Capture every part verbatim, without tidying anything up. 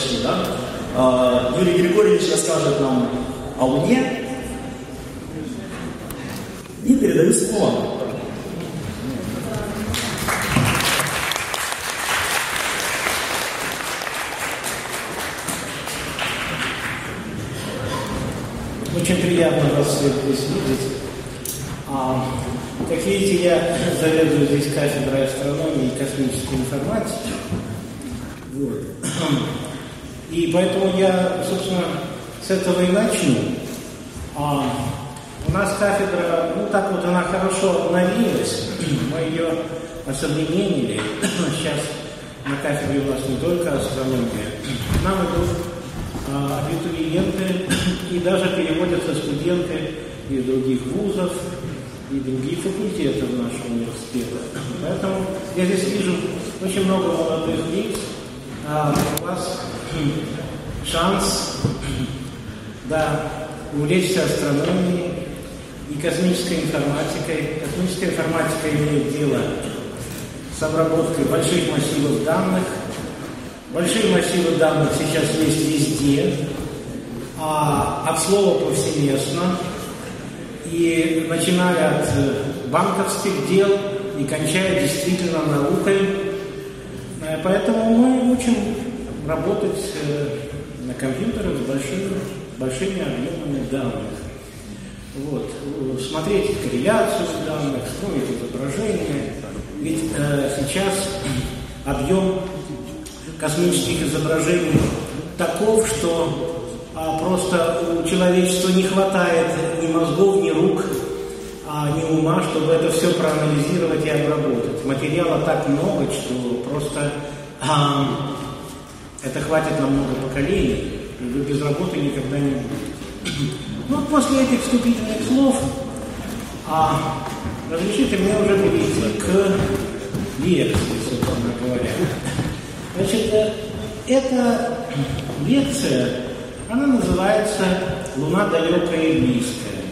произошли, да? А, Юрий Григорьевич расскажет нам о Луне. И передаю слово. Очень приятно вас всех здесь видеть. А, как видите, я заведую здесь кафедрой астрономии и космической информатики. Вот. И поэтому я, собственно, с этого и начну. А, у нас кафедра, ну так вот она хорошо обновилась, мы ее осовременили. Сейчас на кафедре у нас не только астрономия. Нам идут а, абитуриенты и даже переводятся студенты из других вузов и других факультетов нашего университета. Поэтому я здесь вижу очень много молодых лиц. А у вас шанс, да, увлечься астрономией и космической информатикой. Космическая информатика имеет дело с обработкой больших массивов данных. Большие массивы данных сейчас есть везде, а от слова повсеместно. И начиная от банковских дел и кончая действительно наукой. Поэтому мы учим работать на компьютерах с большими, большими объемами данных. Вот. Смотреть корреляцию данных, строить изображения. Ведь э, сейчас объем космических изображений таков, что а, просто у человечества не хватает ни мозгов, ни рук, а, ни ума, чтобы это все проанализировать и обработать. Материала так много, что просто а, это хватит на много поколений, и вы без работы никогда не будете. Ну, после этих вступительных слов а, разрешите мне уже перейти к лекции, собственно говоря. Значит, эта лекция, она называется «Луна далекая и близкая».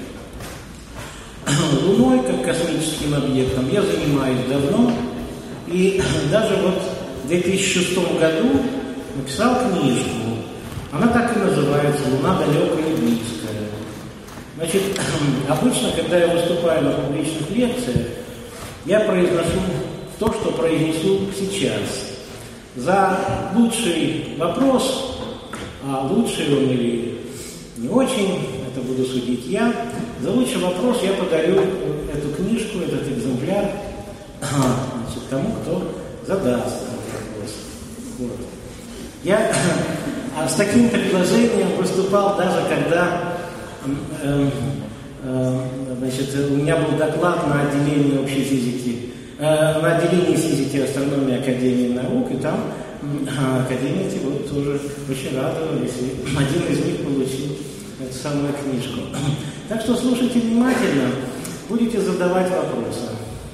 Луной, как космическим объектом, я занимаюсь давно, и даже вот в две тысячи шестом году написал книжку. Она так и называется «Луна далекая и близкая». Значит, обычно, когда я выступаю на публичных лекциях, я произношу то, что произнесу сейчас. За лучший вопрос, а лучший он или не очень, это буду судить я, за лучший вопрос я подарю эту книжку, этот экземпляр, значит, тому, кто задаст этот вопрос. Вот. Я с таким предложением выступал даже когда э, э, значит, у меня был доклад на отделении общей физики, э, на отделении физики и астрономии Академии наук, и там э, академики вот тоже очень радовались, и один из них получил эту самую книжку. Так что слушайте внимательно, будете задавать вопросы.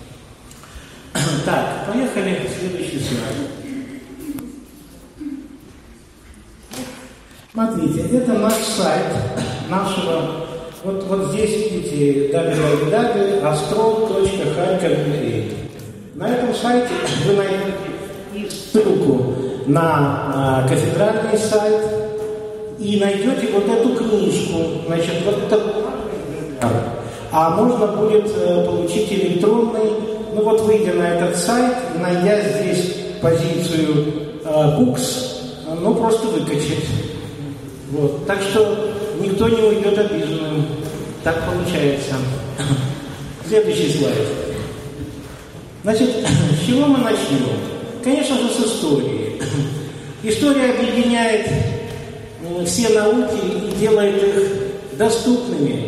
Так, поехали, следующий слайд. Смотрите, это наш сайт нашего, вот, вот здесь видите дабл ю дабл ю дабл ю точка астрол точка харьков. На этом сайте вы найдете и ссылку на а, кафедральный сайт, и найдете вот эту книжку, значит, вот это, а можно будет э, получить электронный, ну вот выйдя на этот сайт, найдя здесь позицию э, Books, ну просто выкачать. Вот. Так что никто не уйдет обиженным. Так получается. Следующий слайд. Значит, с чего мы начнем? Конечно же, с истории. История объединяет все науки и делает их доступными.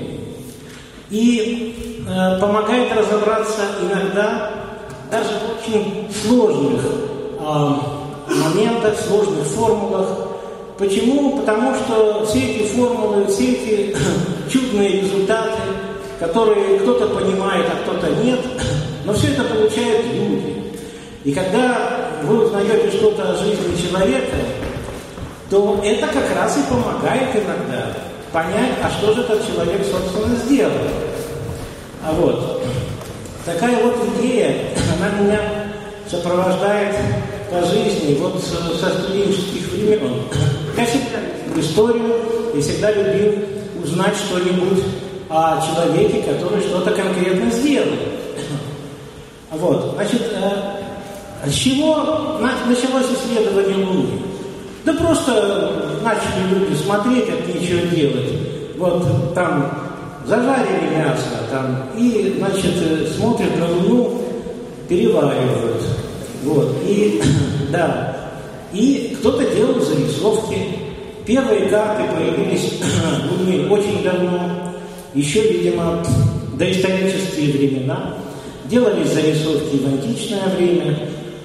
И э, помогает разобраться иногда даже в очень сложных э, моментах, сложных формулах. Почему? Потому что все эти формулы, все эти чудные результаты, которые кто-то понимает, а кто-то нет, но все это получают люди. И когда вы узнаете что-то о жизни человека, то это как раз и помогает иногда понять, а что же этот человек, собственно, сделал. А вот такая вот идея, она меня сопровождает по жизни, вот со студенческих времен. Я всегда любил историю и всегда любил узнать что-нибудь о человеке, который что-то конкретно сделал. Вот, значит, с чего началось исследование Луны? Да просто начали люди смотреть, от нечего делать. Вот там зажарили мясо, там, и, значит, смотрят на Луну, переваривают. Вот, и, да, и кто-то делал зарисовки. Первые карты появились Луны очень давно, еще, видимо, доисторические времена. Делались зарисовки в античное время.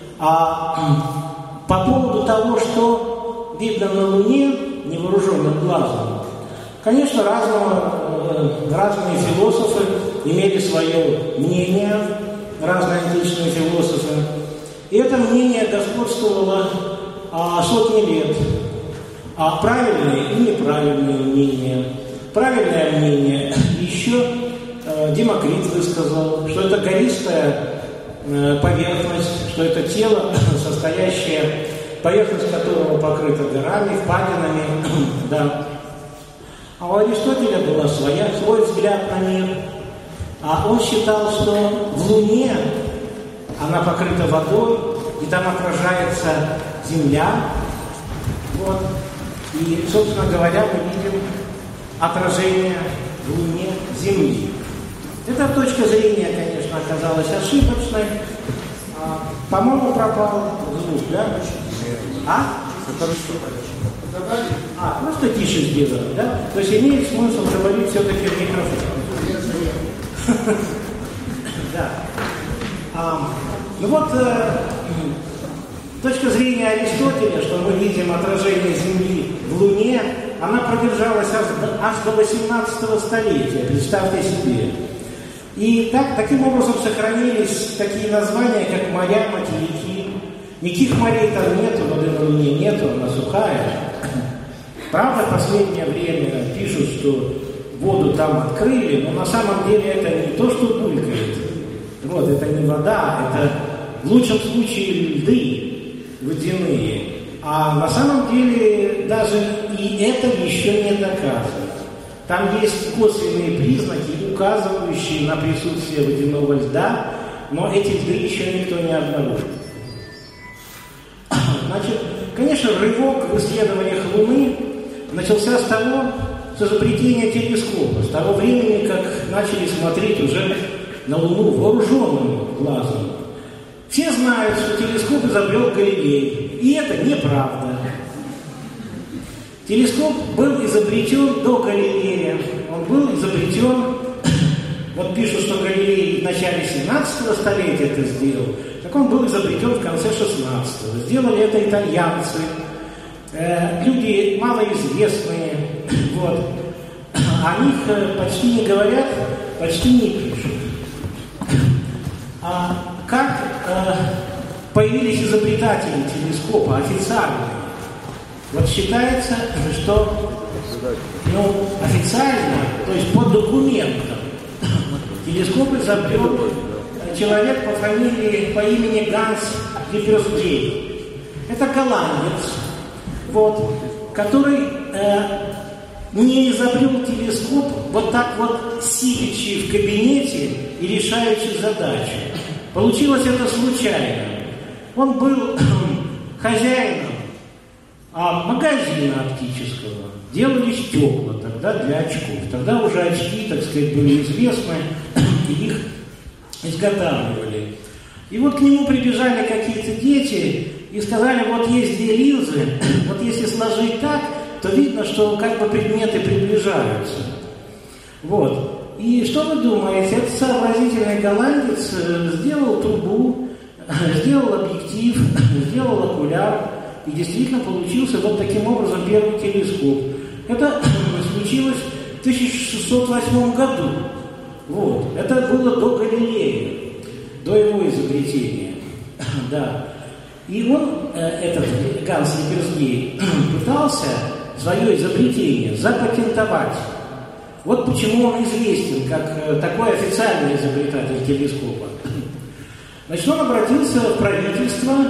А по поводу того, что видно на Луне невооруженным глазом, конечно, разного, разные философы имели свое мнение, разные античные философы. И это мнение господствовало а, сотни лет. А правильные и неправильные мнения. Правильное мнение еще э, Демокрит высказал, что это гористая э, поверхность, что это тело, состоящее, поверхность которого покрыта горами, впадинами, да. А у Аристотеля была своя, свой взгляд на мир. А он считал, что в Луне она покрыта водой, и там отражается Земля. Вот. И, собственно говоря, мы видим отражение в Луне Земли. Эта точка зрения, конечно, оказалась ошибочной. А, по-моему, пропал звук, да? А? А, просто тише сделать, да? То есть имеет смысл говорить все-таки в микрофон. Да. Ну вот, точка зрения Аристотеля, что мы видим отражение Земли в Луне, она продержалась аж до восемнадцатого столетия, представьте себе. И так, таким образом сохранились такие названия, как моря, материки. Никаких морей там нету, воды на Луне нету, она сухая. Правда, в последнее время пишут, что воду там открыли, но на самом деле это не то, что булькает. Вот, это не вода, это в лучшем случае льды водяные. А на самом деле даже и это еще не доказывает. Там есть косвенные признаки, указывающие на присутствие водяного льда, но эти льды еще никто не обнаружил. Значит, конечно, рывок в исследованиях Луны начался с того, с изобретения телескопа, с того времени, как начали смотреть уже на Луну вооруженным глазом. Все знают, что телескоп изобрел Галилей, и это неправда. Телескоп был изобретен до Галилея, он был изобретен, вот пишут, что Галилей в начале семнадцатого столетия это сделал, так он был изобретен в конце шестнадцатого. Сделали это итальянцы, э, люди малоизвестные, вот. О них почти не говорят, почти не пишут. А как э, появились изобретатели телескопа официальные? Вот считается, что ну, официально, то есть по документам, телескоп изобрел человек по фамилии, по имени Ганс Липерсгей. Это голландец, вот, который э, не изобрел телескоп вот так вот сидячи в кабинете и решающий задачу. Получилось это случайно. Он был хозяином а, магазина оптического. Делали стекла тогда для очков. Тогда уже очки, так сказать, были известны, и их изготавливали. И вот к нему прибежали какие-то дети и сказали, вот есть две линзы, вот если сложить так, то видно, что как бы предметы приближаются. Вот. И что вы думаете? Этот сообразительный голландец сделал трубу, сделал объектив, сделал окуляр, и действительно получился вот таким образом первый телескоп. Это случилось в тысяча шестьсот восьмом году. Вот. Это было до Галилея, до его изобретения. Да. И он, этот Ганс Липерсгей, пытался свое изобретение запатентовать. Вот почему он известен как такой официальный изобретатель телескопа. Значит, он обратился в правительство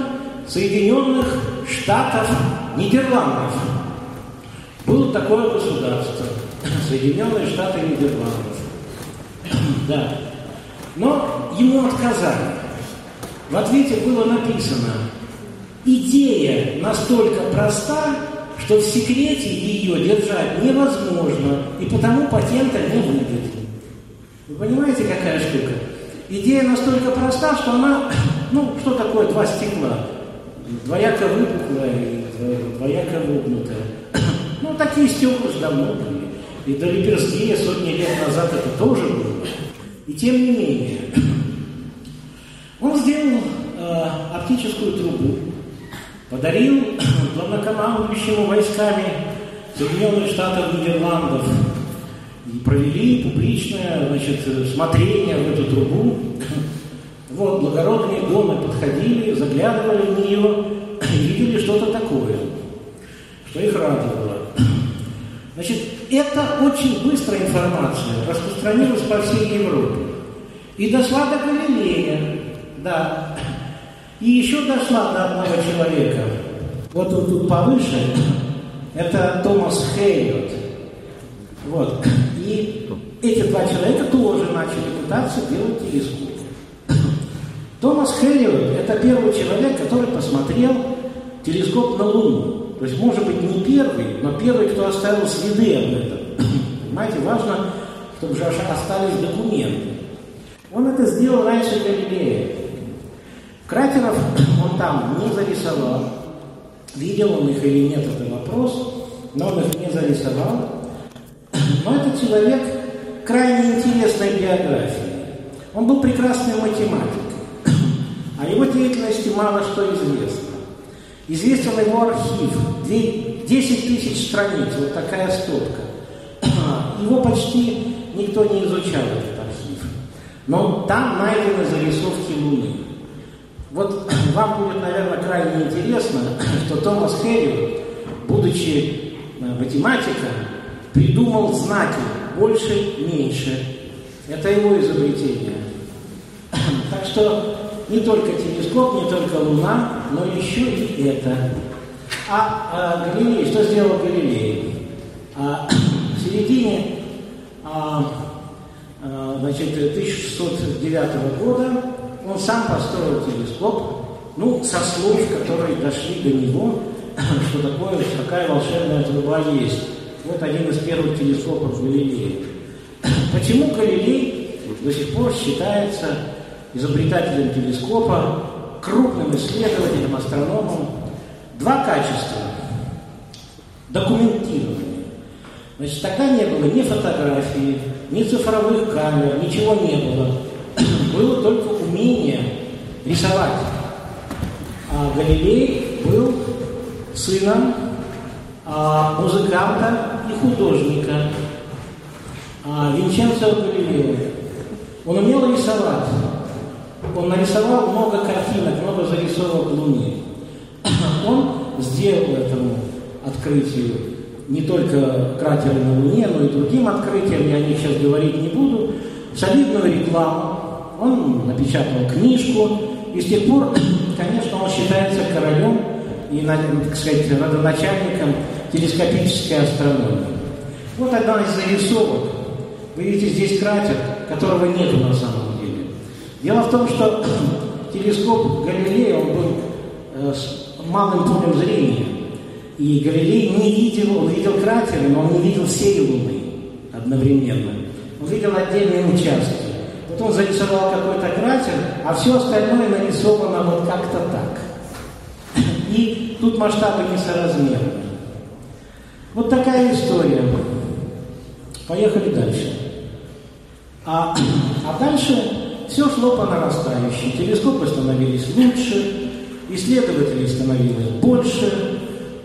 Соединенных Штатов Нидерландов. Было такое государство. Соединенные Штаты Нидерландов. Да. Но ему отказали. В ответе было написано: идея настолько проста, что в секрете ее держать невозможно, и потому патента не выйдет. Вы понимаете, какая штука? Идея настолько проста, что она, ну, что такое два стекла? Двояко выпуклая и двояко выгнутая. Ну, такие стекла же давно были. И до Липерские сотни лет назад это тоже было. И тем не менее, он сделал э, оптическую трубу, подарил главнокомандующему войсками Соединенных Штатов Нидерландов и провели публичное, значит, смотрение в эту трубу. Вот, благородные дамы подходили, заглядывали в нее и видели что-то такое, что их радовало. Значит, это очень быстрая информация, распространилась по всей Европе. И дошла до Галилея, да. И еще дошла до одного человека. Вот он тут повыше, это Томас Хейлиот. Вот. И эти два человека тоже начали пытаться делать телескоп. Томас Хейлиот – это первый человек, который посмотрел телескоп на Луну. То есть, может быть, не первый, но первый, кто оставил следы об этом. Понимаете, важно, чтобы же остались документы. Он это сделал раньше Галилея. Кратеров он там не зарисовал. Видел он их или нет, это вопрос, но он их не зарисовал. Но этот человек крайне интересной биографии. Он был прекрасным математиком. О его деятельности мало что известно. Известен его архив, десять тысяч страниц, вот такая стопка. Его почти никто не изучал, этот архив. Но там найдены зарисовки Луны. Вот вам будет, наверное, крайне интересно, что Томас Хейлиот, будучи математиком, придумал знаки больше-меньше. Это его изобретение. Так что не только телескоп, не только Луна, но еще и это. А, а Галилей, что сделал Галилей? А, в середине а, а, значит, тысяча шестьсот девятого года он сам построил телескоп, ну, со слов, которые дошли до него, что такое, такая волшебная труба есть. Вот один из первых телескопов Галилея. Почему Галилей до сих пор считается изобретателем телескопа, крупным исследователем, астрономом? Два качества. Документирование. Значит, тогда не было ни фотографий, ни цифровых камер, ничего не было. Было только умение рисовать. А Галилей был сыном а, музыканта и художника а, Винченцо Галилео. Он умел рисовать. Он нарисовал много картинок, много зарисовок Луны. Он сделал этому открытию не только кратеры на Луне, но и другим открытиям, я о них сейчас говорить не буду, солидную рекламу. Он напечатал книжку, и с тех пор, конечно, он считается королем и, так сказать, родоначальником телескопической астрономии. Вот одна из зарисовок. Вы видите здесь кратер, которого нету на самом деле. Дело в том, что телескоп Галилея, он был э, с малым полем зрения. И Галилей не видел, он видел кратеры, но он не видел всей Луны одновременно. Он видел отдельные участки. Вот он зарисовал какой-то кратер, а все остальное нарисовано вот как-то так. И тут масштабы несоразмерны. Вот такая история. Поехали дальше. А, а дальше все шло по нарастающей. Телескопы становились лучше, исследователей становилось больше.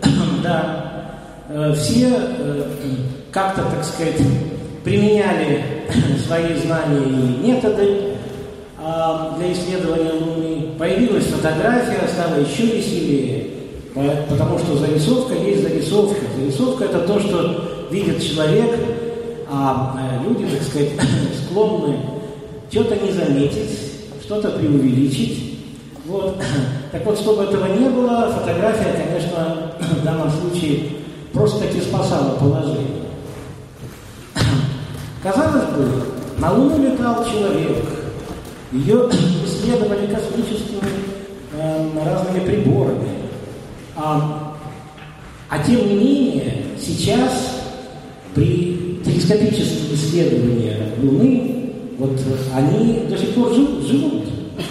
Да, все как-то, так сказать, применяли свои знания и методы для исследования Луны. Появилась фотография, стало еще веселее, потому что зарисовка есть зарисовка. Зарисовка – это то, что видит человек, а люди, так сказать, склонны что-то не заметить, что-то преувеличить. Вот. Так вот, чтобы этого не было, фотография, конечно, в данном случае просто-таки спасала положение. Казалось бы, на Луну летал человек, ее исследовали космическими э, разными приборами. А, а тем не менее, сейчас при телескопических исследованиях Луны, вот они до сих пор жив, живут.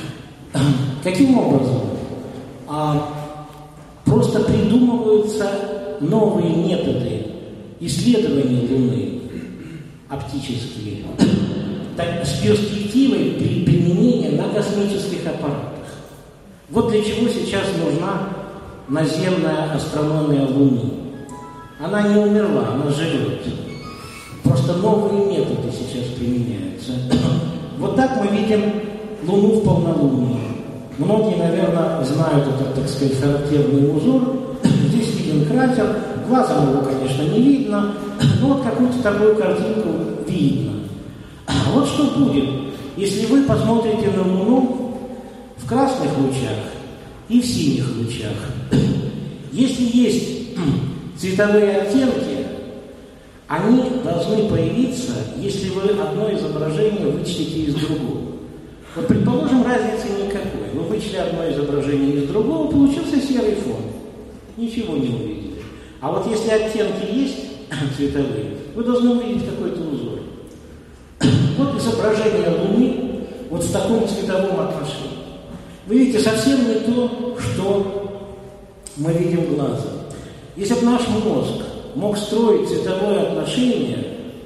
Каким образом? А, просто придумываются новые методы исследования Луны, оптические, так, с перспективой при применении на космических аппаратах. Вот для чего сейчас нужна наземная астрономия Луны. Она не умерла, она живет. Просто новые методы сейчас применяются. Вот так мы видим Луну в полнолуние. Многие, наверное, знают этот, так сказать, характерный узор. Здесь виден кратер. Глазом его, конечно, не видно, но вот какую-то такую картинку видно. Вот что будет, если вы посмотрите на Луну в красных лучах и в синих лучах. Если есть цветовые оттенки, они должны появиться, если вы одно изображение вычтете из другого. Вот, предположим, разницы никакой. Вы вычли одно изображение из другого, получился серый фон. Ничего не увидели. А вот если оттенки есть цветовые, вы должны увидеть какой-то узор. Вот изображение Луны вот в таком цветовом отношении. Вы видите совсем не то, что мы видим глазом. Если бы наш мозг мог строить цветовое отношение,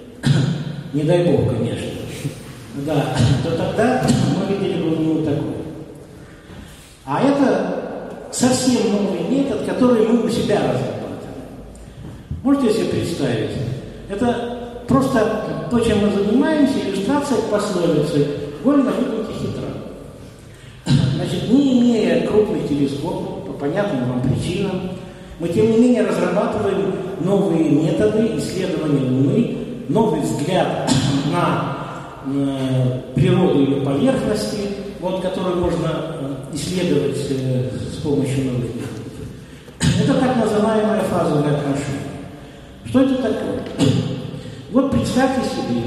не дай бог, конечно, да, то тогда мы видели бы Луну такой. А это совсем новый метод, который мы у себя разработали. Можете себе представить? Это просто то, чем мы занимаемся, иллюстрация к пословице «Вольно выдумки хитра». Значит, не имея крупных телескопов, по понятным вам причинам, мы, тем не менее, разрабатываем новые методы исследования Луны, новый взгляд на э, природу ее поверхности, вот, которую можно исследовать э, с помощью новых методов. Это так называемая фазовая отношение. Что это такое? Вот представьте себе,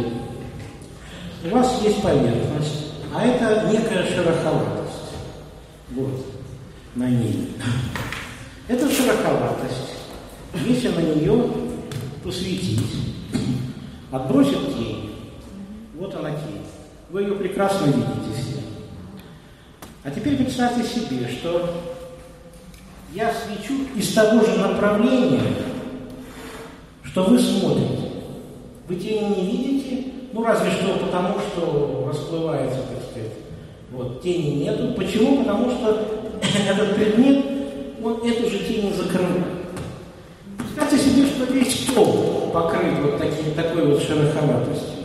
у вас есть поверхность, а это некая шероховатость. Вот, на ней. Эта шероховатость, если на нее посветить, отбросит тень. Вот она тень. Вы ее прекрасно видите все. А теперь представьте себе, что я свечу из того же направления, что вы смотрите. Вы тени не видите, ну разве что потому, что расплывается, так сказать. Вот, тени нету. Почему? Потому что этот предмет, он эту же тень закрывает. Представьте себе, что весь пол покрыт вот таким, такой вот шероховатостью.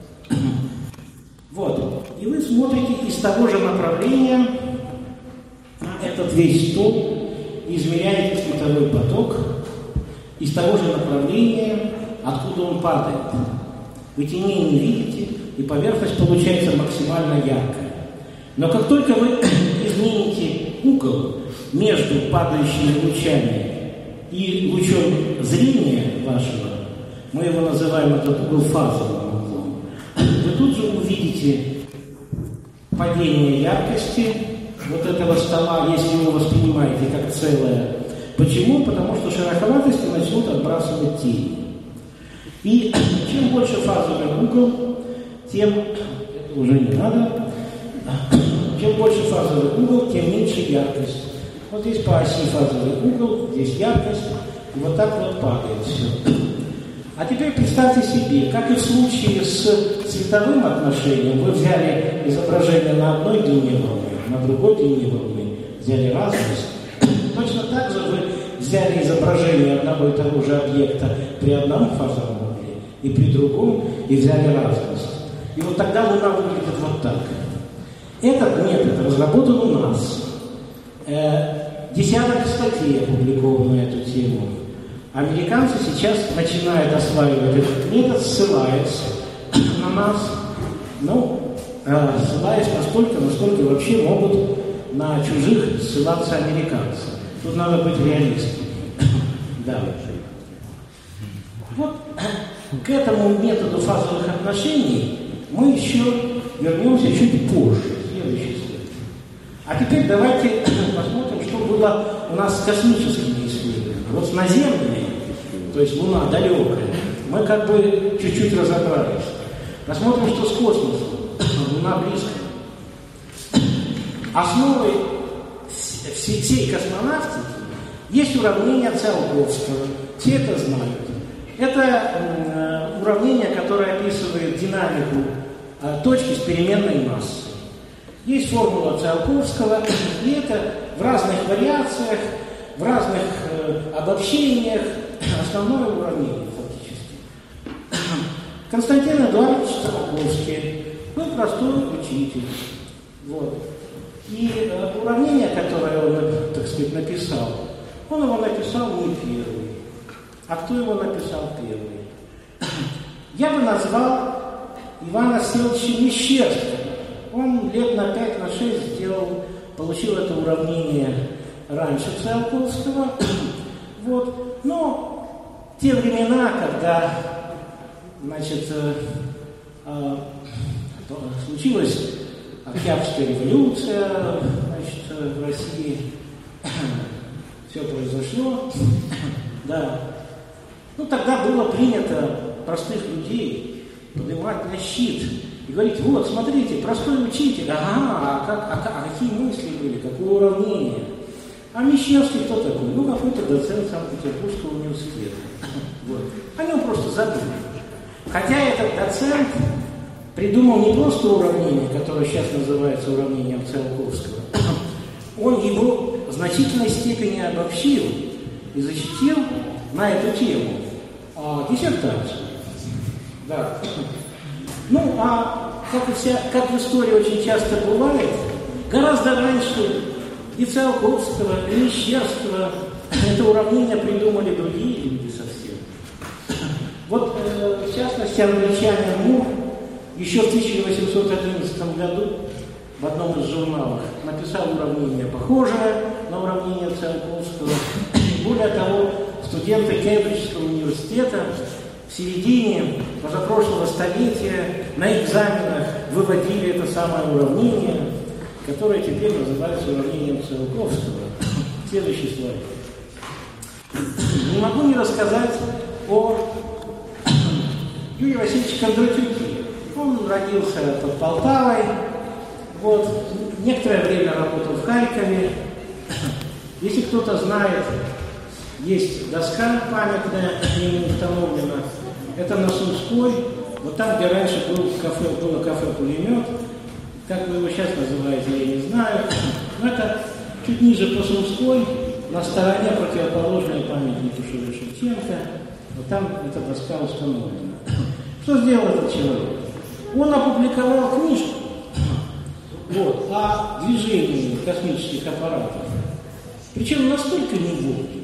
Вот. И вы смотрите из того же направления на этот весь стол и измеряете световой поток из того же направления, откуда он падает. Вы теней не видите, и поверхность получается максимально яркая. Но как только вы измените угол между падающими лучами и лучом зрения вашего, мы его называем этот угол фазовым углом, вы тут же увидите падение яркости вот этого стола, если вы его воспринимаете как целое. Почему? Потому что шероховатости начнут отбрасывать тени. И чем больше фазовый угол, тем, это уже не надо, чем больше фазовый угол, тем меньше яркость. Вот здесь по оси фазовый угол, здесь яркость, и вот так вот падает все. А теперь представьте себе, как и в случае с цветовым отношением, вы взяли изображение на одной длине волны, на другой длине волны, взяли разность. Точно так же вы взяли изображение одного и того же объекта при одном фазовом угле и при другом, и взяли разность. И вот тогда Луна выглядит вот так. Этот метод разработан у нас. Э, десяток статей опубликовано на эту тему. Американцы сейчас начинают осваивать этот метод, ссылаясь на нас, ну, э, ссылаясь настолько, насколько вообще могут на чужих ссылаться американцев. Тут надо быть реалистом. Да. Вот к этому методу фазовых отношений мы еще вернемся чуть позже, следующий слайд. А теперь давайте посмотрим, что было у нас с космическими исследованиями. Вот с наземными, то есть Луна далекая, мы как бы чуть-чуть разобрались. Посмотрим, что с космосом. Луна близко. Основой всей космонавтики есть уравнение Циолковского. Все это знают. Это э, уравнение, которое описывает динамику э, точки с переменной массой. Есть формула Циолковского, и это в разных вариациях, в разных э, обобщениях основное уравнение фактически. Константин Эдуардович Циолковский был простой учитель. Вот. И э, уравнение, которое он, так сказать, написал, он его написал не первый. А кто его написал первый? Я бы назвал Ивана Всеволодовича Мещерского. Он лет на пять, на шесть сделал, получил это уравнение раньше Циолковского. Вот. Но те времена, когда, значит, э, э, случилась Октябрьская революция, значит, в России, все произошло, да. Ну, тогда было принято простых людей поднимать на щит и говорить: вот, смотрите, простой учитель, ага, а, как, а, а какие мысли были, какое уравнение. А Мещерский кто такой? Ну, какой-то доцент Санкт-Петербургского университета. Вот. О нем просто забыли. Хотя этот доцент придумал не просто уравнение, которое сейчас называется уравнением Циолковского, он его в значительной степени обобщил и защитил на эту тему а, диссертацию. Да. Ну, а как, и вся, как в истории очень часто бывает, гораздо раньше и Циолковского, и Мещерского это уравнение придумали другие люди совсем. Вот, э, в частности, англичанин Мур еще в тысяча восемьсот одиннадцатом году в одном из журналов написал уравнение, похожее на уравнение Циолковского. Более того, студенты Кембриджского университета в середине позапрошлого столетия на экзаменах выводили это самое уравнение, которое теперь называется уравнением Циолковского. Следующий слайд. Не могу не рассказать о Юрии Васильевиче Кондратюке. Он родился под Полтавой, вот, некоторое время работал в Харькове. Если кто-то знает, есть доска памятная, ему установлена. Это на Сумской, вот там, где раньше был кафе, было кафе-пулемет. Как вы его сейчас называете, я не знаю. Но это чуть ниже по Сумской, на стороне противоположной памятнику Шевченко. Вот там эта доска установлена. Что сделал этот человек? Он опубликовал книжку вот, о движении космических аппаратов. Причем настолько не вовремя.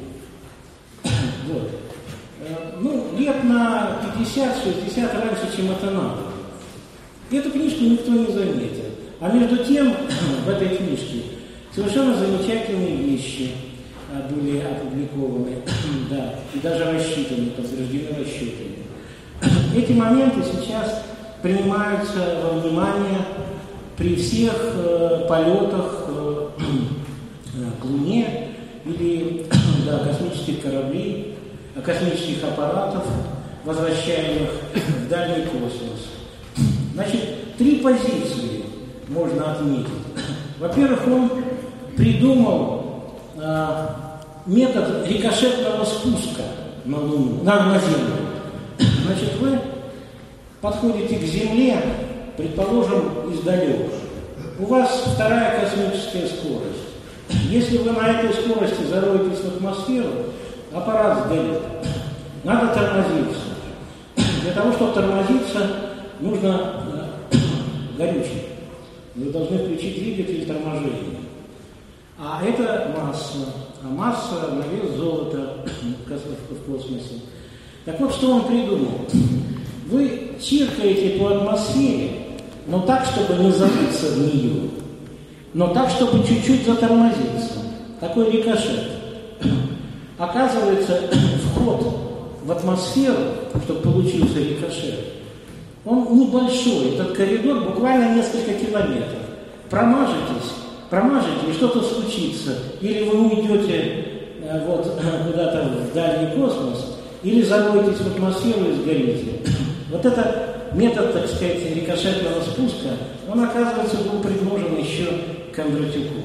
Вот. Ну, лет на пятьдесят-шестьдесят раньше, чем это надо. И эту книжку никто не заметил. А между тем, в этой книжке совершенно замечательные вещи были опубликованы, да, и даже рассчитаны, подтверждены расчетами. Эти моменты сейчас принимаются во внимание при всех э, полетах э, к Луне или да, космических кораблей, космических аппаратов, возвращаемых в дальний космос. Значит, три позиции можно отметить. Во-первых, он придумал э, метод рикошетного спуска на Луну, на, на Землю. Значит, вы подходите к Земле, предположим, издалека. У вас вторая космическая скорость. Если вы на этой скорости зароетесь в атмосферу, аппарат сгорит. Надо тормозиться. Для того, чтобы тормозиться, нужно э, горючее. Вы должны включить двигатель торможения. А это масса. А масса на вес золота в космосе. Так вот, что он придумал? Вы чиркаете по атмосфере, но так, чтобы не забыться в нее. но так, чтобы чуть-чуть затормозиться. Такой рикошет. Оказывается, вход в атмосферу, чтобы получился рикошет, он небольшой. Этот коридор буквально несколько километров. Промажетесь, промажете, и что-то случится. Или вы уйдете э, вот, куда-то в дальний космос, или завоетесь в атмосферу и сгорите. Вот этот метод, так сказать, рикошетного спуска, он, оказывается, был предложен еще Кондратюку.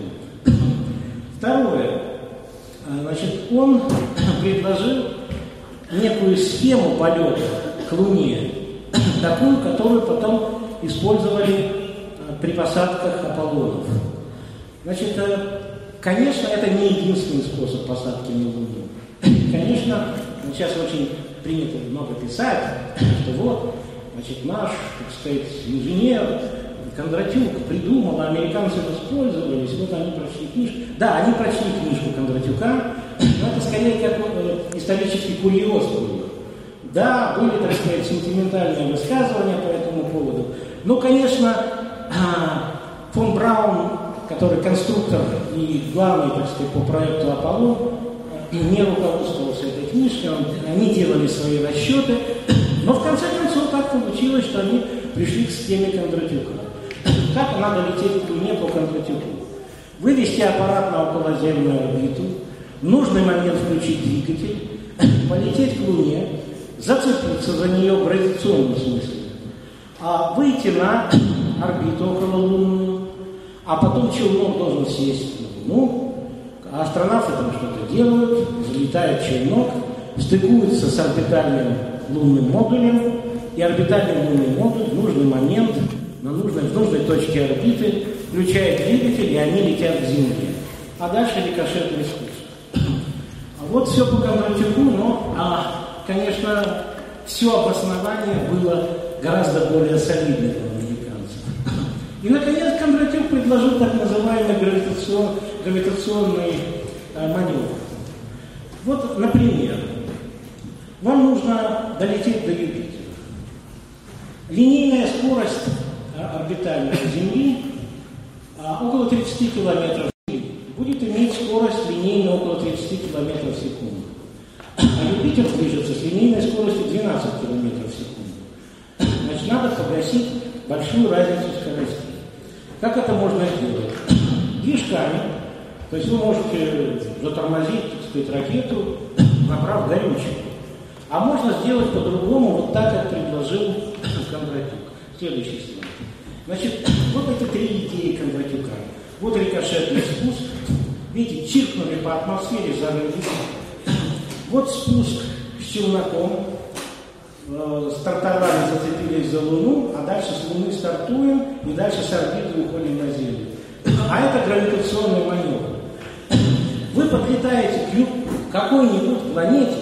Второе. Значит, он предложил некую схему полета к Луне, такую, которую потом использовали при посадках Аполлонов. Значит, конечно, это не единственный способ посадки на Луну. Конечно, сейчас очень принято много писать, что вот, значит, наш, так сказать, инженер Кондратюк придумал, а американцы воспользовались, вот они прочли книжку. Да, они прочли книжку Кондратюка, но это скорее как э, исторический курьез был. Да, были, так сказать, сентиментальные высказывания по этому поводу. Ну, конечно, фон Браун, который конструктор и главный, так сказать, по проекту «Аполлон», не руководствовался этой книжкой, он, они делали свои расчеты, но в конце концов так получилось, что они пришли к схеме Кондратюка. Как надо лететь к Луне по Кондратюку? Вывести аппарат на околоземную орбиту, в нужный момент включить двигатель, полететь к Луне, зацепиться за нее в гравитационном смысле, а выйти на орбиту окололунную, а потом челнок должен сесть на Луну, а астронавты там что-то делают, залетает челнок, стыкуется с орбитальным лунным модулем, и орбитальный лунный модуль в нужный момент, на нужной, в нужной точке орбиты включает двигатель, и они летят к Земле. А дальше рикошетный спуск. А вот все по Кондратюку, но, а, конечно, все обоснование было гораздо более солидным у американцев. И, наконец, Кондратюк предложил так называемый гравитацион, гравитационный э, маневр. Вот, например, вам нужно долететь до Юпитера. Линейная скорость орбитальной Земли а, около тридцати километров в секунду. Будет иметь скорость линейно около тридцати километров в секунду. А Юпитер движется с линейной скоростью двенадцать километров в секунду. Значит, надо погасить большую разницу скоростей. Как это можно сделать? Движками. То есть вы можете затормозить, так сказать, ракету, набрав горючее. А можно сделать по-другому, вот так, как предложил Кондратюк. Следующий слайд. Значит, вот эти три идеи Кондратюка. Вот рикошетный спуск. Видите, чиркнули по атмосфере, зарыли. Вот спуск с челноком. Э, стартовали, зацепились за Луну, а дальше с Луны стартуем, и дальше с орбиты уходим на Землю. А это гравитационный маневр. Вы подлетаете к какой-нибудь планете,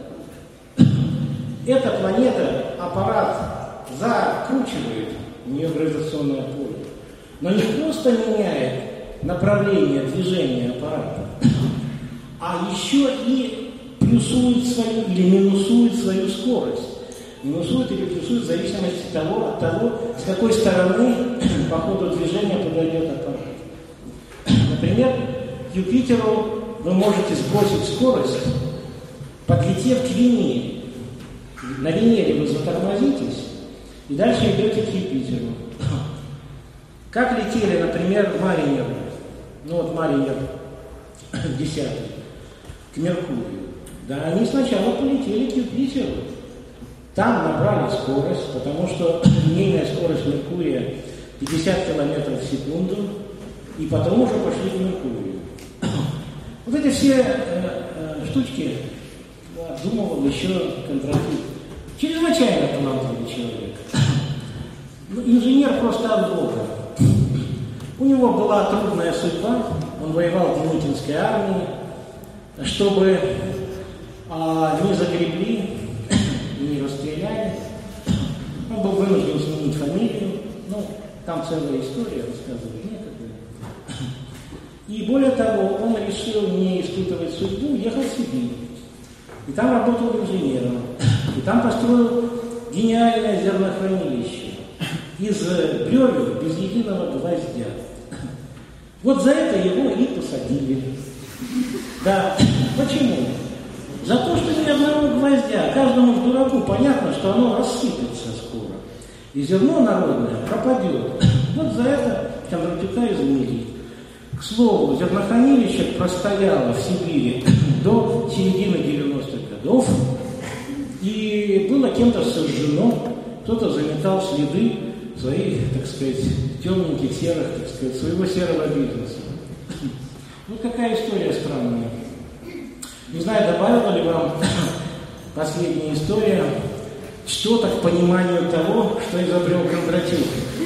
эта планета, аппарат закручивает у нее гравитационное поле, но не просто меняет направление движения аппарата, а еще и плюсует свою или минусует свою скорость. Минусует или плюсует в зависимости от того, от того, с какой стороны по ходу движения подойдет аппарат. Например, к Юпитеру вы можете сбросить скорость, подлетев к Венере. На Венере вы затормозитесь и дальше идете к Юпитеру. Как летели, например, Маринер, ну вот Маринер десятый, к Меркурию. Да, они сначала полетели к Юпитеру. Там набрали скорость, потому что линейная скорость Меркурия пятьдесят километров в секунду, и потом уже пошли к Меркурию. Вот эти все э, э, штучки обдумывал еще Кондратюк. Чрезвычайно талантливый человек. Инженер просто от Бога. У него была трудная судьба, он воевал в Демутинской армии, чтобы а, не загребли, не расстреляли. Он был вынужден сменить фамилию, ну, там целая история, рассказывать некогда. И более того, он решил не испытывать судьбу, уехал в Сибирь. И там работал инженером. И там построил гениальное зернохранилище из бревен без единого гвоздя. Вот за это его и посадили. Да, почему? За то, что ни одного гвоздя. Каждому дураку понятно, что оно рассыпется скоро. И зерно народное пропадет. Вот за это Кондратюка изменили. К слову, зернохранилище простояло в Сибири до середины девяностых годов. И было кем-то сожжено. Кто-то заметал следы своих, так сказать, темненьких, серых, так сказать, своего серого бизнеса. Вот какая история странная. Не знаю, добавила ли вам последняя история что-то к пониманию того, что изобрел Кондратюк.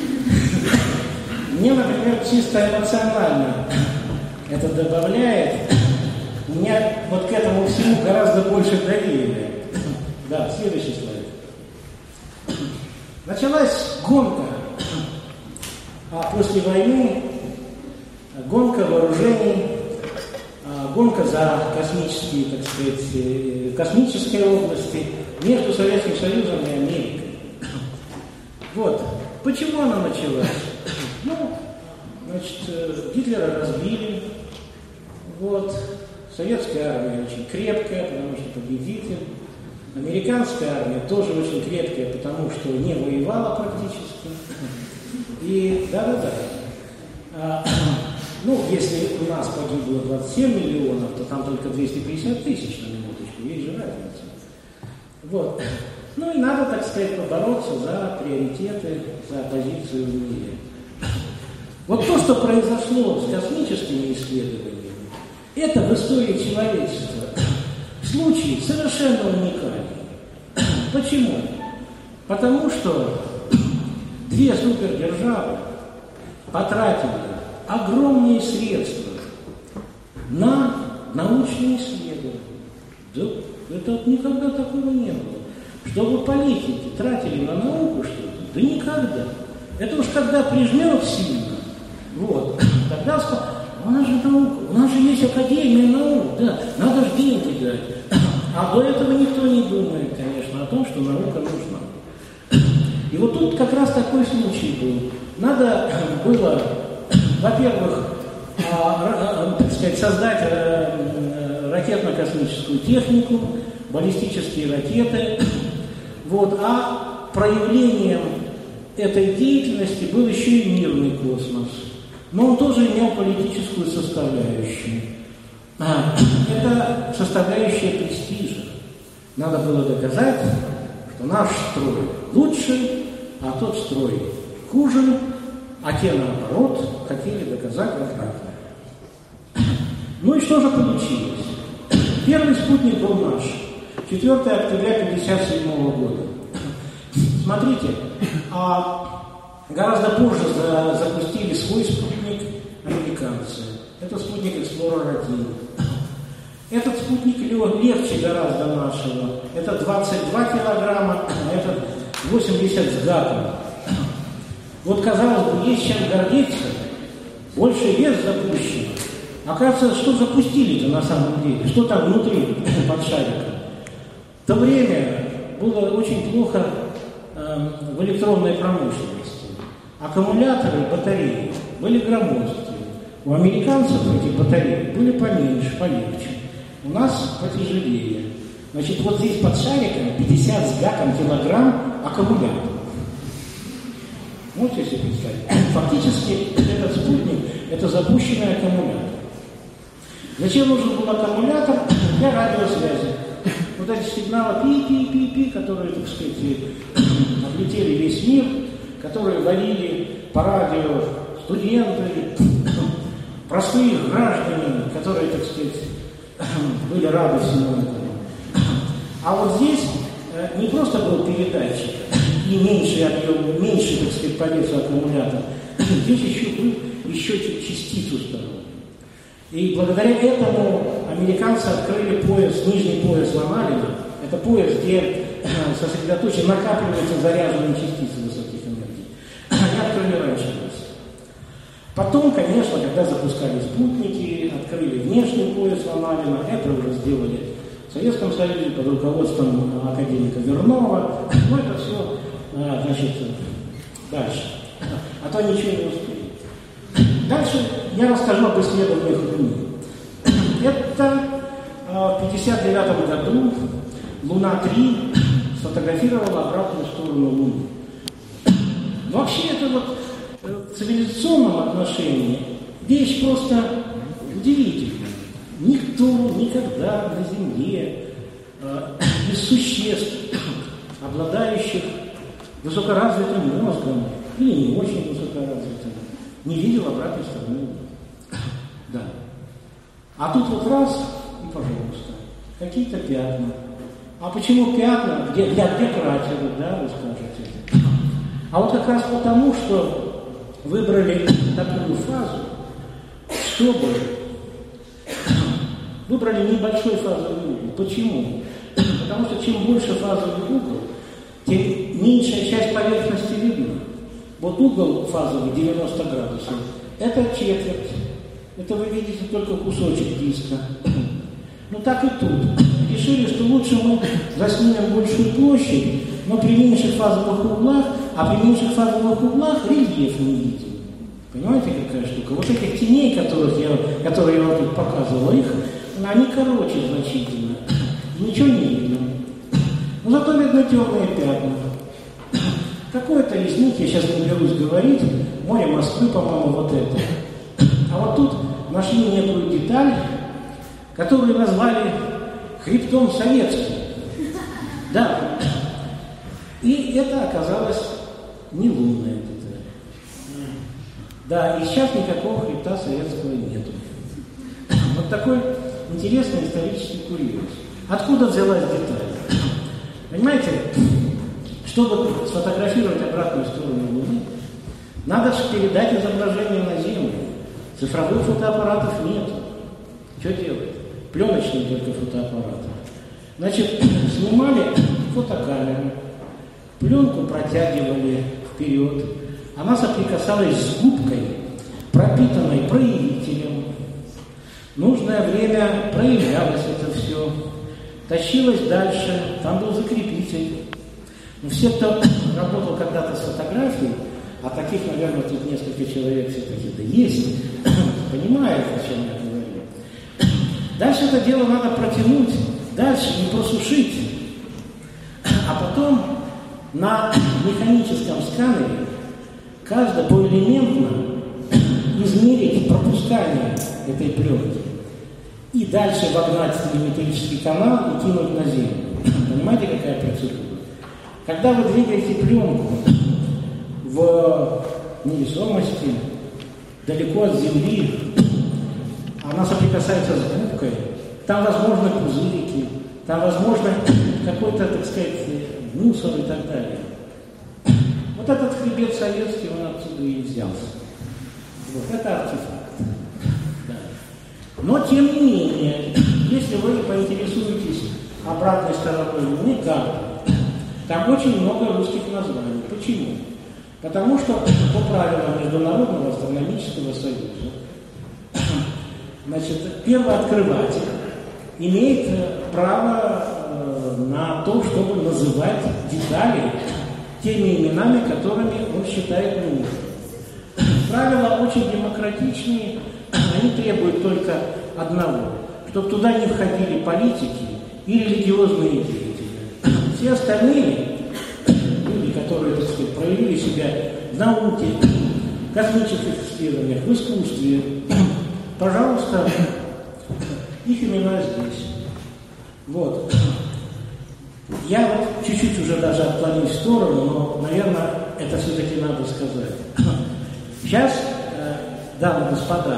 Мне, например, чисто эмоционально это добавляет. У меня вот к этому всему гораздо больше доверия. Да, следующий слайд. Началась гонка, а после войны гонка вооружений, гонка за космические, так сказать, космические области между Советским Союзом и Америкой. Вот. Почему она началась? Ну, значит, Гитлера разбили. Вот. Советская армия очень крепкая, потому что победитель. Американская армия тоже очень крепкая, потому что не воевала практически. И да-да-да. А, ну, если у нас погибло двадцать семь миллионов, то там только двести пятьдесят тысяч на минуточку. Есть же разница. Вот. Ну и надо, так сказать, побороться за приоритеты, за позицию в мире. Вот то, что произошло с космическими исследованиями, это в истории человечества случай совершенно уникальный. Почему? Потому что две супердержавы потратили огромные средства на научные исследования. Да, это никогда такого не было. Чтобы политики тратили на науку что-то, да никогда. Это уж когда прижмет сильно, вот, тогда сказать, у нас же наука, у нас же есть Академия наук, да, надо же деньги дать. А до этого никто не думает, конечно, о том, что наука нужна. И вот тут как раз такой случай был. Надо было, во-первых, так сказать, создать ракетно-космическую технику, баллистические ракеты. Вот, а проявлением этой деятельности был еще и мирный космос. Но он тоже имел политическую составляющую. А, это составляющая престижа. Надо было доказать, что наш строй лучше, а тот строй хуже, а те, наоборот, хотели доказать обратное. Ну и что же получилось? Первый спутник был наш. четвёртого октября тысяча девятьсот пятьдесят седьмого года. Смотрите, а гораздо позже за, запустили свой спутник американцы. Это спутник Explorer один. Этот спутник легче гораздо нашего. Это двадцать два килограмма, а этот восемьдесят с гаком. Вот, казалось бы, есть чем гордиться. Больше вес запущен. Оказывается, что запустили-то на самом деле? Что там внутри под шариком? В то время было очень плохо э, в электронной промышленности. Аккумуляторы и батареи были громоздкие. У американцев эти батареи были поменьше, полегче. У нас потяжелее. Значит, вот здесь под шариком пятьдесят с гаком килограмм аккумулятор. Можете себе представить? Фактически этот спутник – это запущенный аккумулятор. Зачем нужен был аккумулятор? Для радиосвязи. Вот эти сигналы пи-пи-пи-пи, которые, так сказать, облетели весь мир, которые ловили по радио студенты, простые граждане, которые, так сказать, были рады всему этому. А вот здесь не просто был передатчик и меньший объем, меньший, так сказать, по весу аккумулятор, здесь еще был еще частицу установлен. И благодаря этому американцы открыли пояс, нижний пояс Ломалина. Это пояс, где сосредоточен, накапливаются заряженные частицы высоких энергий. Они открыли раньше нас. Потом, конечно, когда запускали спутники, открыли внешний пояс Ломалина, это уже сделали в Советском Союзе под руководством академика Вернова. Ну, это все, значит, дальше. А то ничего не успели. Дальше я расскажу об исследованиях Луны. Это в пятьдесят девятом году Луна-три сфотографировала обратную сторону Луны. Но вообще это вот в цивилизационном отношении вещь просто удивительная. Никто никогда на Земле из существ, обладающих высокоразвитым мозгом или не очень высокоразвитым, не видел обратной стороны Луны. Да. А тут вот раз, и пожалуйста, какие-то пятна. А почему пятна? Где, где, где кратеры, да, вы скажете? А вот как раз потому, что выбрали такую фазу, чтобы выбрали небольшой фазовый угол. Почему? Потому что чем больше фазовый угол, тем меньшая часть поверхности видна. Вот угол фазовый девяносто градусов, это четверть. Это вы видите только кусочек диска. Ну так и тут. Решили, что лучше мы заснимем большую площадь, но при меньших фазовых углах, а при меньших фазовых углах рельеф не видим. Понимаете, какая штука? Вот этих теней, которых я, которые я вам тут показывал, их, они короче значительно. Ничего не видно. Но зато видно темные пятна. Какое-то из них, я сейчас не берусь говорить, море Москвы, по-моему, вот это. А вот тут нашли некую деталь, которую назвали хребтом советским. Да. И это оказалось не лунная деталь. Да, и сейчас никакого хребта советского нету. Вот такой интересный исторический курьез. Откуда взялась деталь? Понимаете, чтобы сфотографировать обратную сторону Луны, надо же передать изображение на Землю. Цифровых фотоаппаратов нет. Что делать? Пленочные только фотоаппараты. Значит, снимали фотокамеру, пленку протягивали вперед, она соприкасалась с губкой, пропитанной проявителем. Нужное время проявлялось это все, тащилось дальше, там был закрепитель. Но все, кто работал когда-то с фотографией, а таких, наверное, тут несколько человек все-таки да есть, понимают, о чем я говорю. Дальше это дело надо протянуть, дальше не просушить, а потом на механическом сканере каждый поэлементно измерить пропускание этой пленки и дальше вогнать в телеметрический канал и кинуть на Землю. Понимаете, какая процедура? Когда вы двигаете пленку в невесомости, далеко от Земли, она соприкасается с губкой, там возможны пузырики, там возможно какой-то, так сказать, мусор и так далее. Вот этот хребет советский, он отсюда и взялся. Вот это артефакт. Да. Но тем не менее, если вы поинтересуетесь обратной стороной Луны, как там очень много русских названий. Почему? Потому что по правилам Международного астрономического союза, значит, первооткрыватель имеет право э, на то, чтобы называть детали теми именами, которыми он считает нужным. Правила очень демократичные, они требуют только одного, чтобы туда не входили политики и религиозные деятели. Все остальные люди, которые, так сказать, проявили себя в науке, в космических исследованиях, в искусстве, пожалуйста, их имена здесь. Вот. Я вот чуть-чуть уже даже отклонюсь в сторону, но, наверное, это все-таки надо сказать. Сейчас, дамы и господа,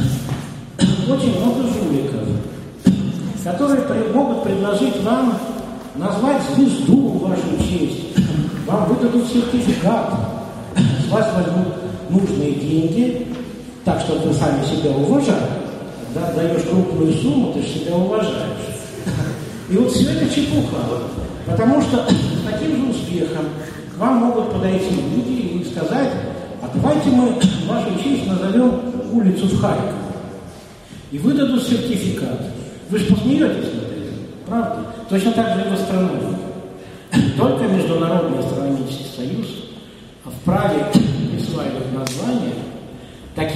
очень много жуликов, которые могут предложить вам назвать звезду в вашу честь. Вам выдадут сертификат, с вас возьмут нужные деньги, так, чтобы вы сами себя уважали. Да, даешь крупную сумму, ты же себя уважаешь. И вот все это чепуха. Потому что с таким же успехом к вам могут подойти люди и сказать: а давайте мы в вашу честь назовем улицу в Харькове. И выдадут сертификат. Вы же посмеетесь над этим, правда? Точно так же и в астрономии. Только Международный астрономический союз вправе присваивать названия таким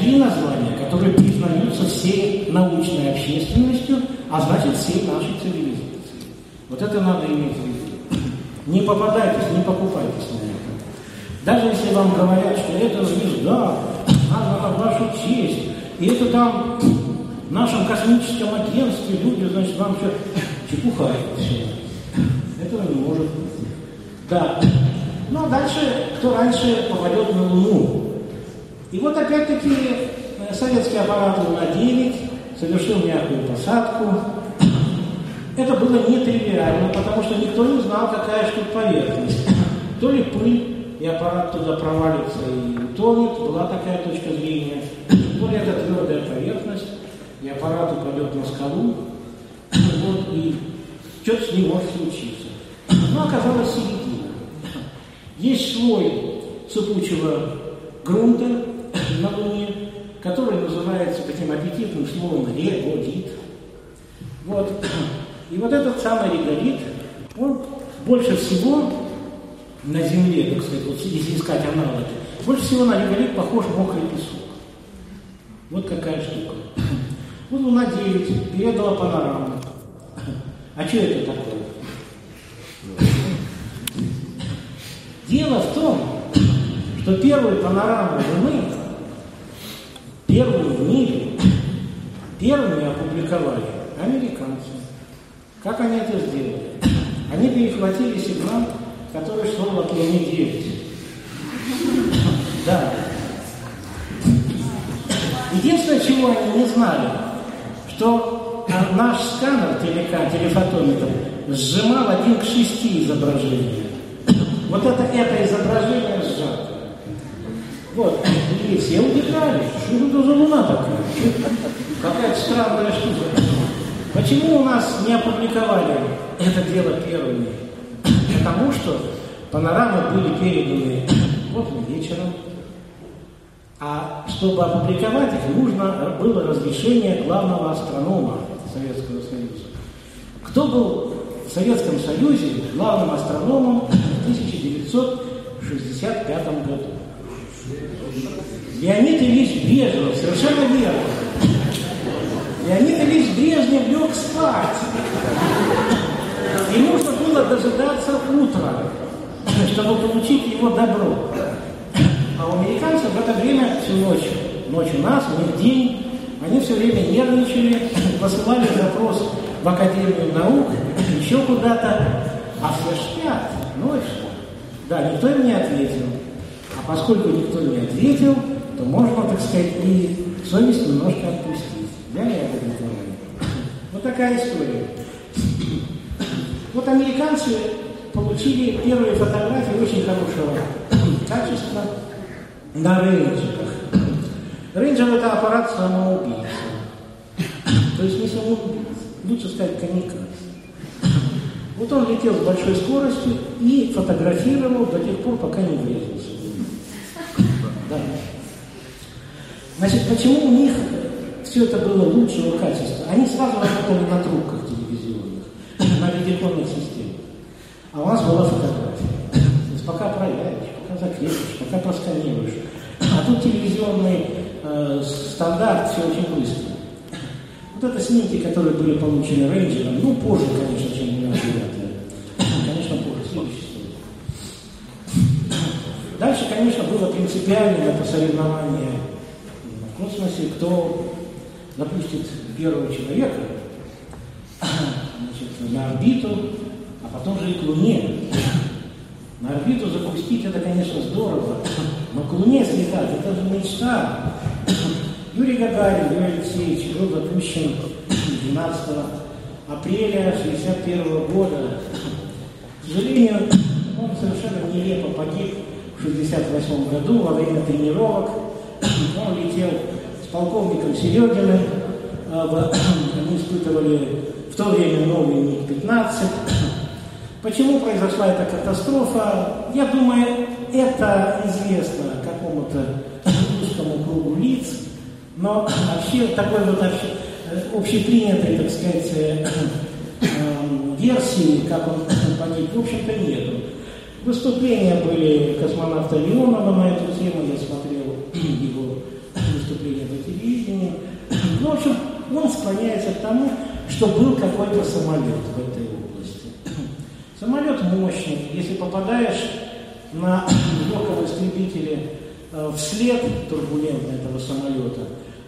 такие названия, которые признаются всей научной общественностью, а значит всей нашей цивилизации. Вот это надо иметь в виду. Не попадайтесь, не покупайтесь на это. Даже если вам говорят, что это звезда, она на вашу честь, и это там в нашем космическом агентстве люди, значит, вам все чепуха это все. Этого не может быть. Да. Ну а дальше, кто раньше попадет на Луну. И вот опять-таки советский аппарат Луна девять совершил мягкую посадку. Это было нетривиально, потому что никто не знал, какая же тут поверхность. То ли пыль, и аппарат туда провалится и утонет, была такая точка зрения. То ли это твердая поверхность, и аппарат упадет на скалу, вот, и что-то с ним может случиться. Но оказалось середина. Есть слой сыпучего грунта на Луне, который называется таким аппетитным словом реголит. Вот. И вот этот самый реголит, он больше всего на Земле, так сказать, вот если искать аналоги, больше всего на реголит похож мокрый песок. Вот какая штука. Вот Луна девять передала панораму. А что это такое? Дело в том, что первую панораму Луны, первую в мире, первыми опубликовали американцы. Как они это сделали? Они перехватили сигнал, который шел от Луны девять. Да. Единственное, чего они не знали, что наш сканер телека, телефотометр сжимал один к шести изображения. Вот это, это изображение сжато. Вот. И все удивляли, что это за Луна такая? Какая-то странная штука. Почему у нас не опубликовали это дело первыми? Потому что панорамы были переданы вот вечером. А чтобы опубликовать их, нужно было разрешение главного астронома Советского Союза. Кто был в Советском Союзе главным астрономом в тысяча девятьсот шестьдесят пятом году? Леонид Ильич Брежнев, совершенно верно. Леонид Ильич Брежнев лег спать. И нужно было дожидаться утра, чтобы получить его добро. А у американцев в это время всю ночь, ночь у нас, у них день, они все время нервничали, посылали запрос в Академию наук, еще куда-то, а все спят ночью. Да, никто им не ответил. А поскольку никто не ответил, то можно, так сказать, и совесть немножко отпустить. Да, я об этом говорю. Вот такая история. Вот американцы получили первые фотографии очень хорошего качества на рейнджерах. Рейнджер — это аппарат самоубийцы. То есть не самоубийцы, лучше сказать камикадзе. Вот он летел с большой скоростью и фотографировал до тех пор, пока не врезался. Да. Значит, почему у них все это было лучшего качества? Они сразу работали на трубках телевизионных, на видеоконных системах. А у нас была фотография. То есть пока проявишь, пока закрепишь, пока просканируешь. А тут телевизионный э, стандарт, все очень быстро. Вот это снимки, которые были получены рейнджером, ну, позже, конечно, чем у нас девятые. Конечно, позже, следующий слой. Дальше, конечно, было принципиальное это соревнование в космосе, кто запустит первого человека, значит, на орбиту, а потом же и к Луне. На орбиту запустить это, конечно, здорово, но к Луне слетать это же мечта. Юрий Гагарин, Юрий Алексеевич был запущен двенадцатого апреля шестьдесят первого года. К сожалению, он совершенно нелепо погиб в шестьдесят восьмом году во время тренировок. Он летел с полковником Серегиным. Они испытывали в то время новый МиГ пятнадцать. Почему произошла эта катастрофа? Я думаю, это известно какому-то узкому кругу лиц, но вообще такой вот общепринятой, так сказать, версии, как он погиб, в общем-то, нету. Выступления были космонавта Леонова на эту тему, я смотрел его выступление Ну, в общем, он склоняется к тому, что был какой-то самолет в этой области. Самолет мощный. Если попадаешь на легком истребителе вслед турбулентно этого самолета,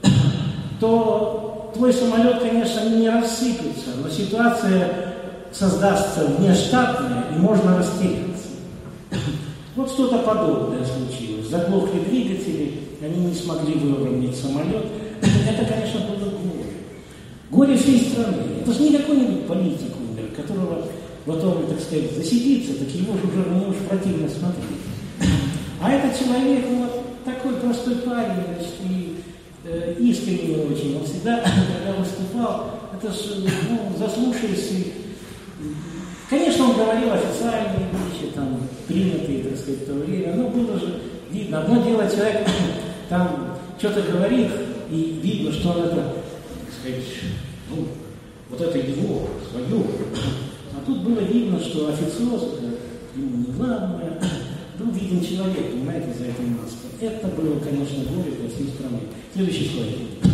то твой самолет, конечно, не рассыпется, но ситуация создастся внештатная, и можно растеряться. Вот что-то подобное случилось. Заглохли двигатели, они не смогли выровнять самолет. Это, конечно, было горе. Горе всей страны. Это же не какой-нибудь политик умер, которого вот он, так сказать, засидится, так его же уже, мне уж противно смотреть. А этот человек, вот такой простой парень, значит, и э, искренне очень. Он всегда, когда выступал, это же, ну, заслушаешься. Конечно, он говорил официальные вещи, там, принятые, так сказать, в то время, но было же видно. Одно дело, человек там что-то говорит, и видно, что он это, так сказать, ну, вот это его, свое. А тут было видно, что официоз, ему не главное, был виден человек, понимаете, за этой маской. Это было, конечно, горе для всей страны. Следующий слайд.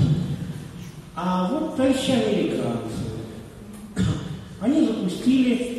А вот товарищи американцы, они запустили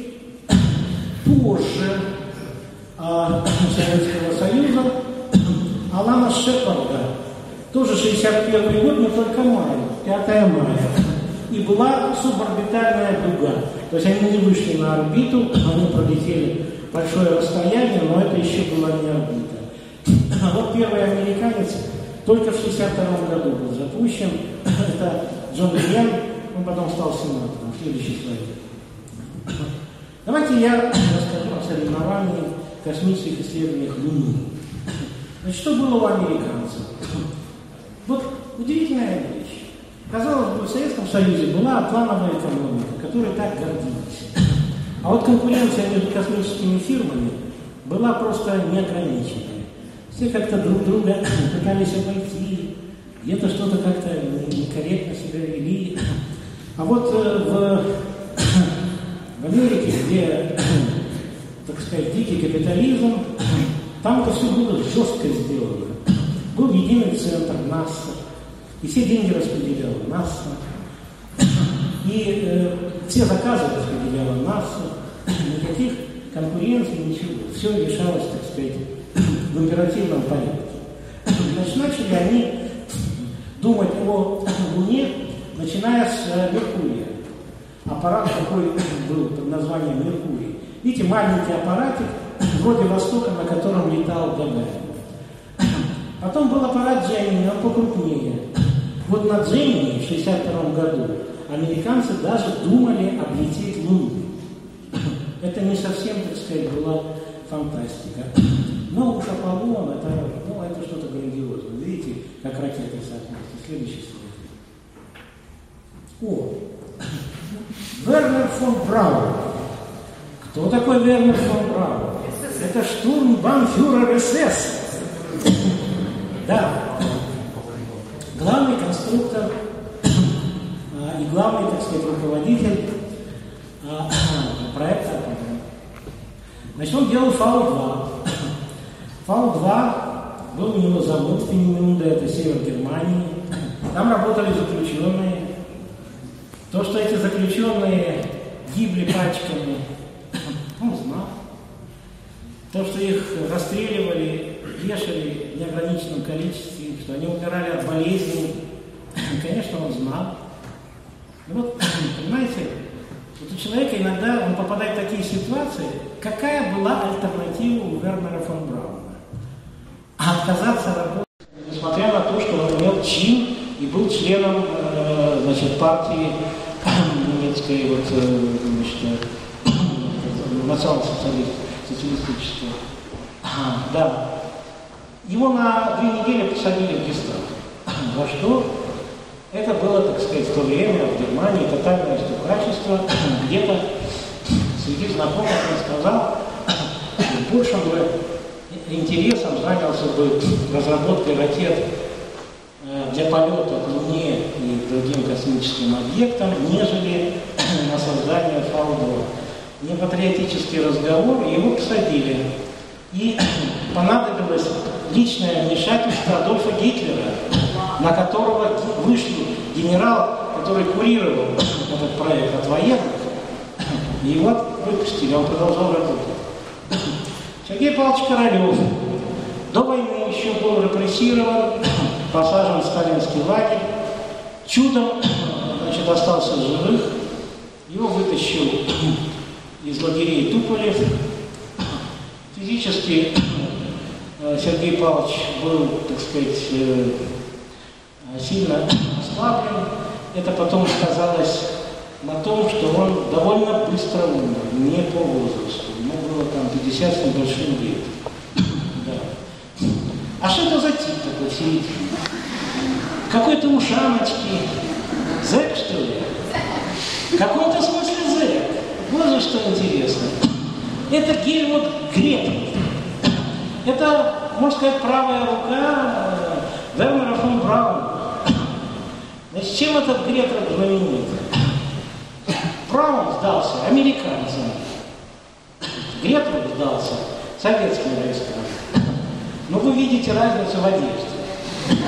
позже а, Советского Союза Алана Шепарда, тоже шестьдесят первый год, но только мая, пятое мая. И была суборбитальная дуга. То есть они не вышли на орбиту, они пролетели большое расстояние, но это еще была не орбита. А вот первый американец только в шестьдесят втором году был запущен. Это Джон Грен, он потом стал сенатором. Следующий слайд. Давайте я расскажу о соревновании космических исследованиях Луны. Значит, что было у американцев? Вот удивительная вещь. Казалось бы, в Советском Союзе была плановая экономика, которой так гордились. А вот конкуренция между космическими фирмами была просто неограниченной. Все как-то друг друга пытались обойти, где-то что-то как-то некорректно себя вели. А вот в, в Америке, где, так сказать, дикий капитализм, там это все было жестко сделано. Был единый центр НАСА, и все деньги распределяла НАСА, и э, все заказы распределяла НАСА, никаких конкуренций, ничего. Все решалось, так сказать, в императивном порядке. Значит, начали они думать о Луне, начиная с Меркурия. Аппарат такой был под названием Меркурий. Видите, маленький аппаратик, вроде Востока, на котором летал Гагарин. Потом был аппарат Джемини, он покрупнее. Вот на Джемини в шестьдесят втором году американцы даже думали облететь Луну. Это не совсем, так сказать, была фантастика. Но уж Аполлон, это, ну, это что-то грандиозное. Видите, как ракеты соотносятся. Следующий слайд. О! Вернер фон Браун. Кто такой Вернер фон Браун? Это штурмбанфюрер СС. Да. Главный конструктор и главный, так сказать, руководитель проекта. Значит, он делал Фау два. Фау два был у него завод в Пенемюнде, это север Германии. Там работали заключенные. То, что эти заключенные гибли пачками, он знал. То, что их расстреливали, вешали в неограниченном количестве, что они умирали от болезней, конечно, он знал. И вот, понимаете, вот у человека иногда он попадает в такие ситуации, какая была альтернатива у Вернера фон Брауна? А отказаться работать, несмотря на то, что он имел чин и был членом э, значит, партии немецкой, вот, значит, национал-социалистической. Ага, да. Его на две недели посадили в гестапо. За что? Это было, так сказать, в то время в Германии тотальное стукачество. Где-то среди знакомых он сказал, что большим бы интересом занялся бы разработкой ракет для полета к Луне и другим космическим объектам, нежели на создание Фау два. Непатриотический разговор, и его посадили. И понадобилось личное вмешательство Адольфа Гитлера, на которого вышли генерал, который курировал этот проект от военных, и его выпустили, он продолжал работать. Сергей Павлович Королев до войны еще был репрессирован, посажен в сталинский лагерь, чудом, значит, остался живых, его вытащил из лагерей Туполев. Физически Сергей Павлович был, так сказать, сильно ослаблен. Это потом сказалось на том, что он довольно быстро умер, не по возрасту. Ему было там пятьдесят с небольшим лет. Да. А что это за тип такой в середине? Какой-то ушаночки. Зэк, что ли? В каком-то смысле зэк. Вот же что интересно. Это Гельмут Гретл. Это, можно сказать, правая рука Вернера фон Брауна. Значит, чем этот Гретл знаменит? Браун сдался американцам. Гретл сдался советским войскам. Но вы видите разницу в одежде.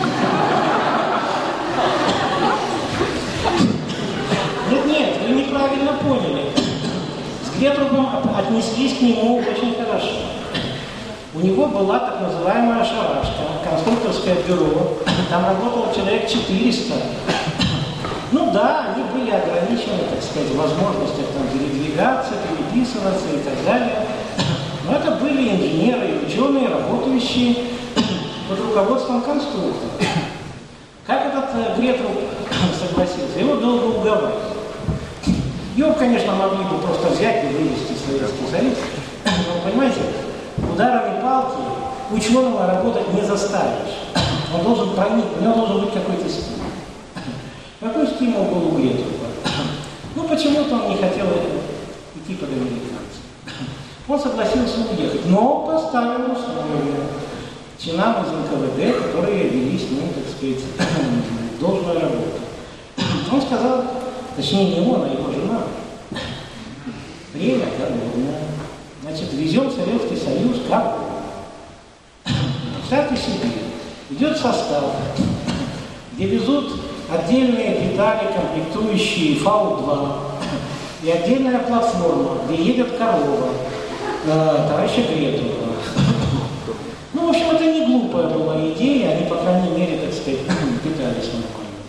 Нет, нет, вы неправильно поняли. С Гретлом отнеслись к нему очень хорошо. У него была так называемая шарашка, конструкторское бюро. Там работало человек четыреста. Ну да, они были ограничены, так сказать, в возможностях там передвигаться, переписываться и так далее. Но это были инженеры и ученые, работающие под руководством конструктора. Как этот Гретл согласился? Его долго уговаривали. Его, конечно, могли бы просто взять и вывести в Советский Союз. Но, понимаете, ударами палки ученого работать не заставишь. Он должен проникнуть, у него должен быть какой-то стимул. Какой стимул был у Гретла? Ну, почему-то он не хотел идти под американцев. Он согласился уехать, но поставил условия чинам из эн ка вэ дэ, которые вели с ним, так сказать, должную работу. Он сказал, точнее не он, а его жена, время голодное, значит, везем Советский Союз как представьте себе, идет состав, где везут отдельные детали, комплектующие Фау-два, и отдельная платформа, где едет корова, э, товарища Гретлова. Ну, в общем, это не глупая была идея, они, по крайней мере, так сказать, питались нормально.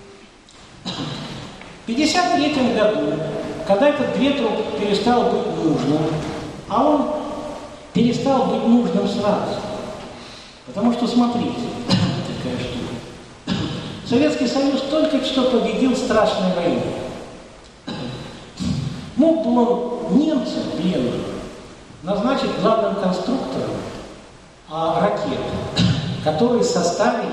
В пятьдесят третьем году, когда этот Гретл перестал быть нужным, а он перестал быть нужным сразу. Потому что, смотрите, такая штука. Советский Союз только что победил в страшной войне. Мог бы он немцев пленных назначить главным конструктором а, ракет, которые составили,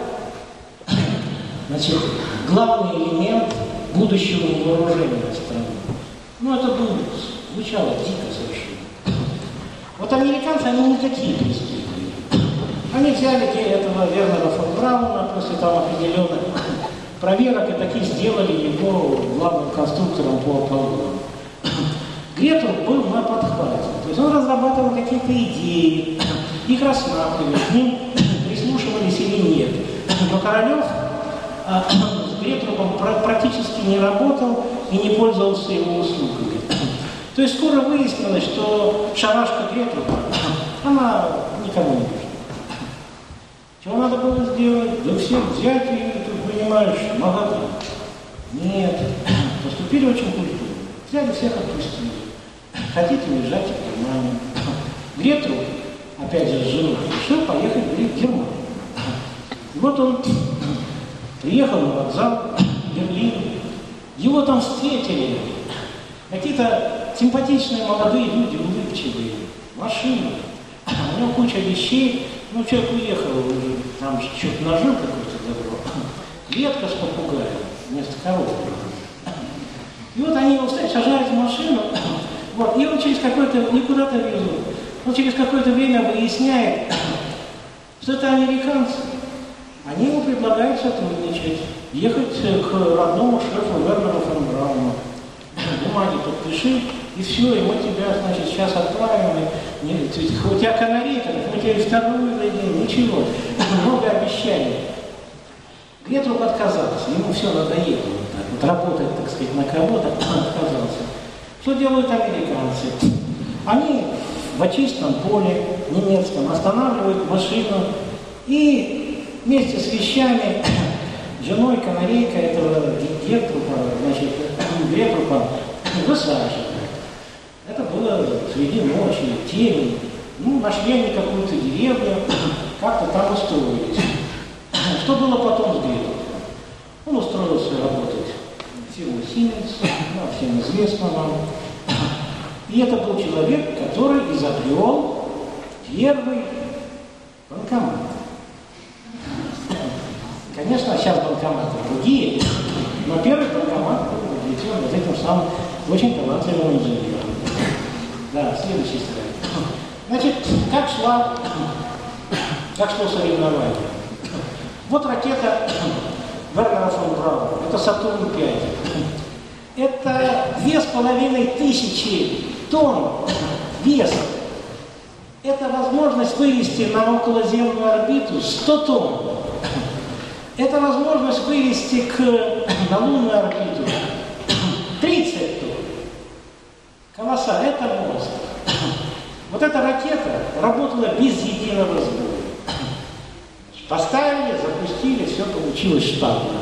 значит, главный элемент будущего вооружения страны. Ну, это было, звучало дико совершенно. Вот американцы, они не такие преступники. Они взяли этого Вернера фон Брауна после там определенных проверок и таки сделали его главным конструктором по Аполлону. Гретл был на подхвате. То есть он разрабатывал какие-то идеи, их рассматривали, к ним прислушивались или нет. Но Королев а, с Гретлом практически не работал и не пользовался его услугами. То есть скоро выяснилось, что шарашка Гретла, она никому не нужна. Чего надо было сделать? Да всех взять и, тут, понимаешь, магазин. Нет, поступили очень культурно. Взяли всех, отпустили. Хотите, езжайте в Германию. Гретл, опять же, с женой, решил поехать в Германию. И вот он приехал на вокзал в Берлин. Его там встретили какие-то симпатичные молодые люди, улыбчивые, машины. У него куча вещей. Ну, человек уехал, там что-то нажил какое-то добро. Клетка с попугаем вместо коровы. И вот они его встают, сажают в машину, вот, и он через какое-то, не куда-то везут, он через какое-то время выясняет, что это американцы. Они ему предлагают сотрудничать, ехать к родному шефу Вернеру фон Брауну. Бумаги подпиши, и все, и мы тебя, значит, сейчас отправим, и, не, у тебя канарейка, мы тебе вторую дадим, ничего, много обещаний. Ветрук отказался, ему все надоело. Вот так вот работать, так сказать, на кого-то, он отказался. Что делают американцы? Они в очистном поле немецком останавливают машину и вместе с вещами, женой канарейка этого Гертрупа, значит, Гертрупа высаживают. Это было среди ночи, темень. Ну, нашли они какую-то деревню, как-то там устроились. Что было потом с Гертрупом? Он устроился работать в фирму Siemens, ну, всем известно нам. И это был человек, который изобрел первый банкомат. Конечно, сейчас банкоматы другие, но первый банкомат был изобретен вот этим самым очень талантливым инженером. Да, следующий слайд. Значит, как шла, как шло соревнование? Вот ракета Вернера фон Брауна, это Сатурн пять. Это две с половиной тысячи тонн веса. Это возможность вывести на околоземную орбиту сто тонн. Это возможность вывести к, на лунную орбиту тридцать тонн. Колосса, это монстр. Вот эта ракета работала без единого сбоя. Поставили, запустили, все получилось штатно.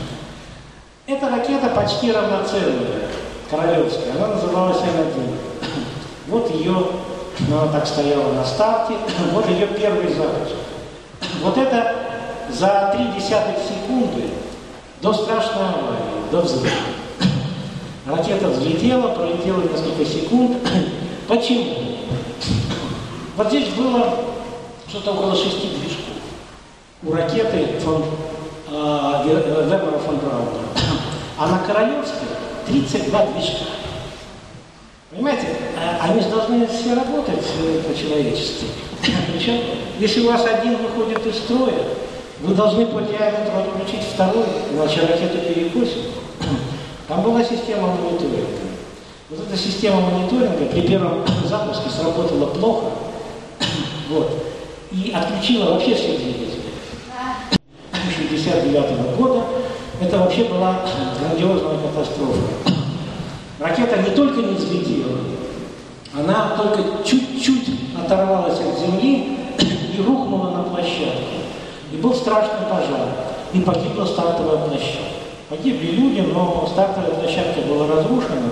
Эта ракета почти равноценная, королевская, она называлась Н один. Вот ее, ну, она так стояла на старте, вот ее первый запуск. Вот это за три десятых секунды до страшной аварии, до взрыва. Ракета взлетела, пролетела несколько секунд. Почему? Вот здесь было что-то около шести движков у ракеты фон, э, Вернера фон Брауна. А на Королевской тридцать два движка. Понимаете, они же должны все работать по-человечески. Причем, если у вас один выходит из строя, вы должны по диаметру отключить второй, иначе ракету перекосит. Там была система мониторинга. Вот эта система мониторинга при первом запуске сработала плохо. Вот. И отключила вообще все двигатели. шестьдесят девятого года это вообще была грандиозная катастрофа. Ракета не только не взлетела, она только чуть-чуть оторвалась от земли и рухнула на площадку. И был страшный пожар. И погибла стартовая площадка. Погибли люди, но стартовая площадка была разрушена.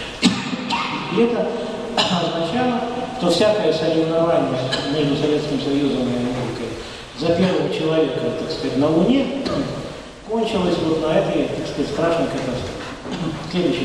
И это означало, что всякое соревнование между Советским Союзом и Америкой за первого человека, так сказать, на Луне кончилось вот на этой, так сказать, страшной катастрофе. Следующий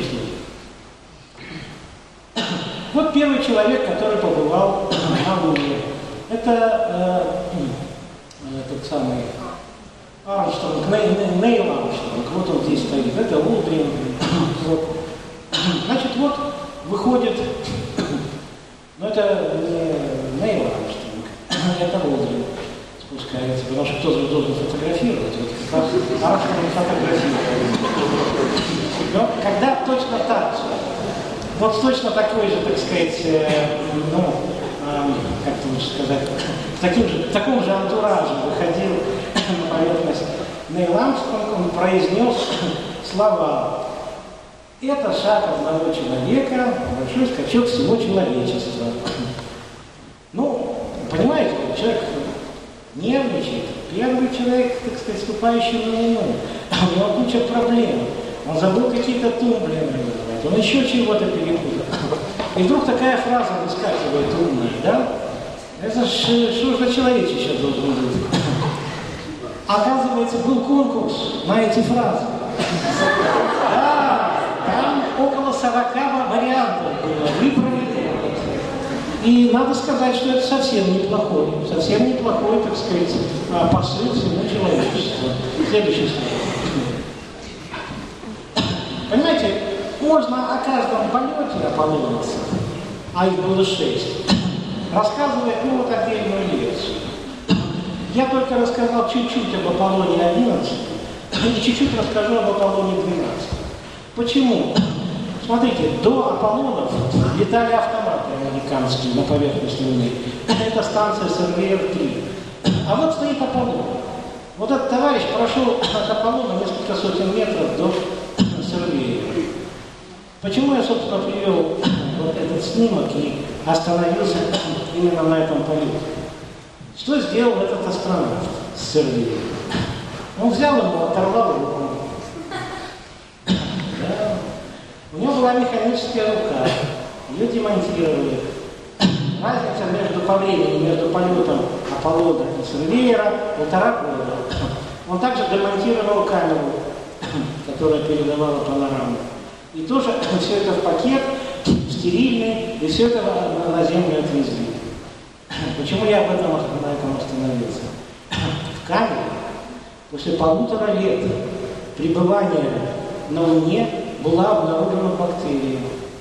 слайд. Вот первый человек, который побывал на Луне. Это э, этот самый Армстронг, Нейл Армстронг. Вот он здесь стоит. Это Олдрин. Вот. Значит, вот выходит, но это не Нейл Армстронг, это Олдрин спускается, потому что кто-то должен фотографировать. Вот как раз Армстронг фотографирует. Но когда точно так же, вот точно такой же, так сказать, э, ну, э, как-то лучше сказать, в, таким же, в таком же антураже выходил на поверхность Нейл Армстронг, он произнес слова: это шаг одного человека, большой скачок всего человечества. Ну, понимаете, человек нервничает. Первый человек, так сказать, ступающий на Луну. У него куча проблем. Он забыл какие-то тумблеры называть. Он еще чего-то перепутал. И вдруг такая фраза выскакивает умная, да? Это ж, что же за человече сейчас должен быть? Оказывается, был конкурс на эти фразы. Да, там около сорока вариантов было выбрали. И надо сказать, что это совсем неплохой, совсем неплохой, так сказать, посыл всему человечеству. Следующий слайд. Понимаете, можно о каждом полете Аполлонца, а их было шесть, рассказывать, ну, вот отдельную лекцию. Я только рассказал чуть-чуть об Аполлоне одиннадцать и чуть-чуть расскажу об Аполлоне двенадцать. Почему? Смотрите, до Аполлонов летали автоматы американские на поверхность Луны. Это станция эс эр вэ эр три. А вот стоит Аполлон. Вот этот товарищ прошел от Аполлона несколько сотен метров до Сервея. Почему я, собственно, привел вот этот снимок и остановился именно на этом полете? Что сделал этот астронавт с Сервея? Он взял его, оторвал руку. Да. У него была механическая рука. Ее демонтировали. Разница между по времени, между полетом Аполлона и Сервеера полтора года. Он также демонтировал камеру, которая передавала панораму. И тоже все это в пакет, стерильный, и все это на землю отвезли. Почему я об этом, на этом остановился? В камере после полутора лет пребывания на Луне была обнаружена бактерия.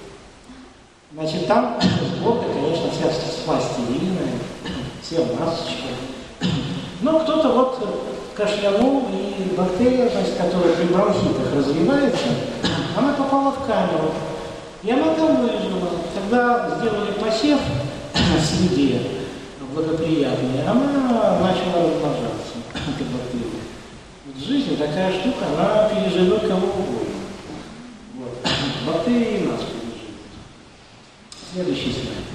Значит, там сборка, конечно, вся стерильная, все масочки. Но кто-то вот кашлянул, и бактерия, значит, которая при бронхитах развивается, она попала в камеру. И она там выжила. Когда сделали посев в среде благоприятной, она начала размножаться, эта бактерия. Вот в жизни такая штука, она переживет кого угодно. Вот. Бактерии и нас переживут. Следующий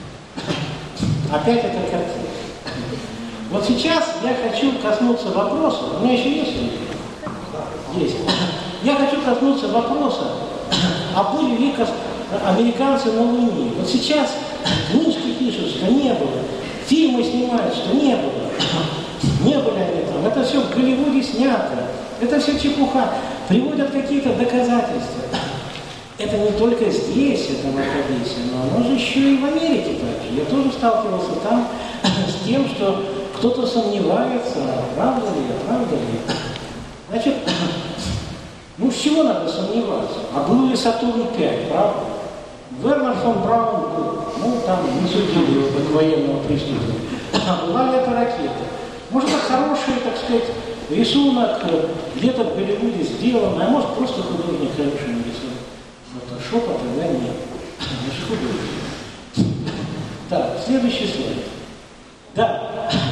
слайд. Опять эта картина. Вот сейчас я хочу коснуться вопроса, у меня еще есть? Есть. Я хочу коснуться вопроса, а были ли американцы на Луне. Вот сейчас книжки пишут, что не было, фильмы снимают, что не было. Не были они там. Это все в Голливуде снято. Это все чепуха. Приводят какие-то доказательства. Это не только здесь, это мракобесие, но оно же еще и в Америке также. Я тоже сталкивался там с тем, что кто-то сомневается, правда ли, правда ли. Значит, ну с чего надо сомневаться? А был ли Сатурн пять, правда? Вернер фон Браун был, ну там не судили его как военного преступника. Была ли это ракета? Может, это хороший, так сказать, рисунок, где-то в Голливуде сделан, а может просто художник хороший нарисовал. Фотошопа тогда нет. Это же художник. Так, следующий слайд. Да.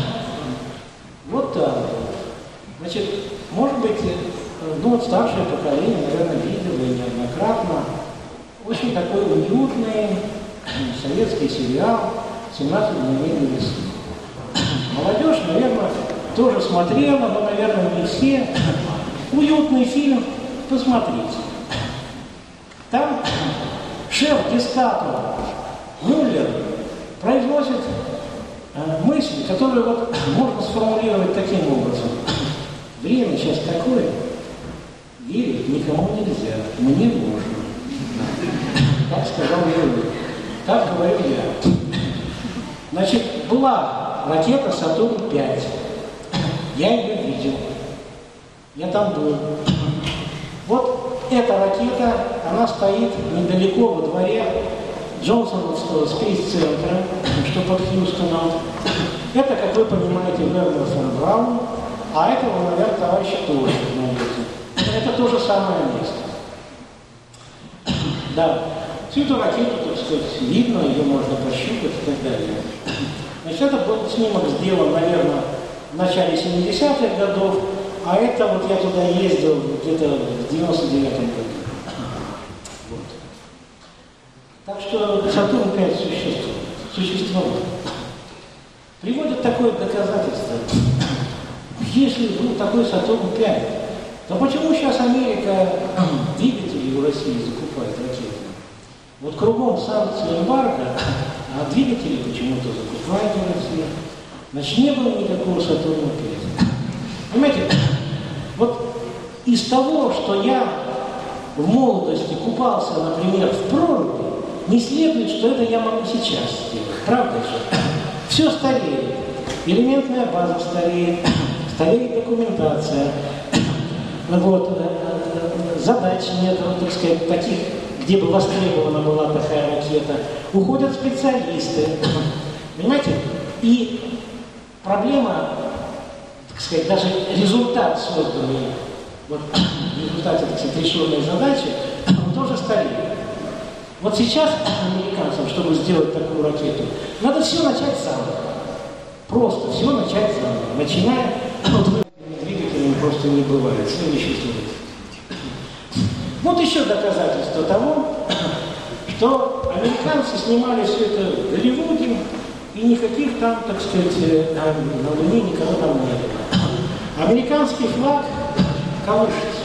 Вот так. Значит, может быть, ну вот старшее поколение, наверное, видело неоднократно очень такой уютный советский сериал «семнадцать мгновений весны». Молодежь, наверное, тоже смотрела, но, наверное, не все. Уютный фильм, посмотрите. Там шеф гестапо Мюллер произносит э, мысли, которые вот можно сформулировать таким образом. Время сейчас такое, верить никому нельзя, мне можно. Так сказал Мюллер. Так говорю я. Значит, была ракета Сатурн пять. Я ее видел. Я там был. Вот эта ракета, она стоит недалеко во дворе Джонсоновского спейс-центра, что под Хьюстоном. Это, как вы понимаете, Вернер фон Браун, а этого, наверное, товарища тоже знаете. Это то же самое место. Да. Всю эту ракету, так сказать, видно, ее можно пощупать и так далее. Значит, это был снимок сделан, наверное, в начале семидесятых годов, а это вот я туда ездил где-то в девяносто девятом году. Вот. Так что Сатурн пять существует. существует. Приводят такое доказательство. Если был такой Сатурн пять, то почему сейчас Америка двигатели у России закупает ракеты? Вот кругом санкции эмбарго, а двигатели почему-то закупает у России. Значит, не было никакого Сатурна пять. Понимаете, вот из того, что я в молодости купался, например, в проруби, не следует, что это я могу сейчас сделать. Правда же? Все стареет. Элементная база стареет, стареет документация. Вот, задач нет, вот, так сказать, таких, где бы востребована была такая ракета. Уходят специалисты. Понимаете? И проблема, так сказать, даже результат созданный, вот в результате, так сказать, решенной задачи, он тоже стареет. Вот сейчас американцам, чтобы сделать такую ракету, надо все начать заново. Просто все начать заново. Начиная от двигателя просто не бывает. Следующий слайд. Вот еще доказательство того, что американцы снимали все это в Голливуде, и никаких там, так сказать, на Луне никого там не было. Американский флаг колышется.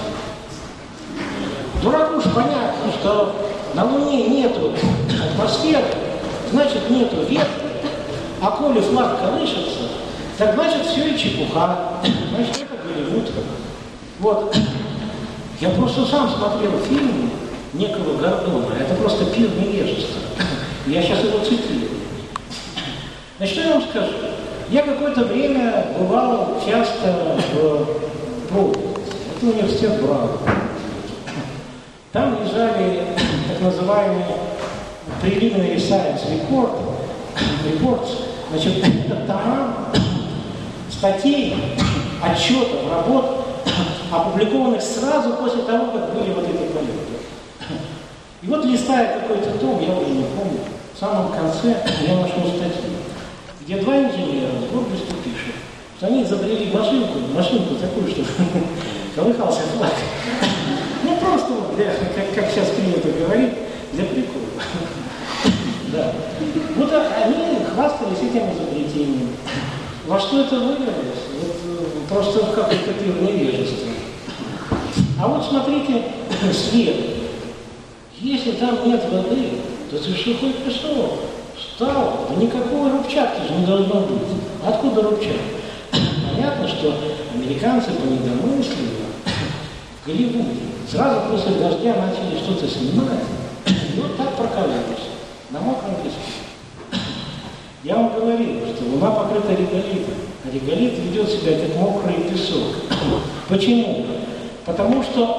Дураку ж понятно, что на Луне нету атмосферы, значит нету ветра, а коли флаг колышется, так значит все и чепуха, значит это Голливуд. Вот. Я просто сам смотрел фильм некого Гордона, это просто пир невежества. Я сейчас его цитирую. Значит, что я вам скажу? Я какое-то время бывал часто в Провиденсе. Это университет Браун. Там лежали так называемые preliminary science report, reports, значит, это тома статей, отчетов, работ, опубликованных сразу после того, как были вот эти полеты. И вот, листая какой-то том, я уже не помню, в самом конце я нашел статью, где два инженера с гордостью пишут, что они изобрели машинку, машинку такую, что колыхался флаг. Ну, просто, для, как, как сейчас принято говорить, для прикола. Да. Вот они хвастались этим изобретением. Во что это вылилось? Вот, просто в какое-то пир невежества. А вот смотрите, свет. Если там нет воды, то ты что хоть пришел? Встал, да никакой рубчатки же не должно быть. Откуда рубчатка? Понятно, что американцы по недомыслию в Голливуде сразу после дождя начали что-то снимать, и вот так прокалывались на мокром песке. Я вам говорил, что Луна покрыта реголитом, а реголит ведет себя как мокрый песок. Почему? Потому что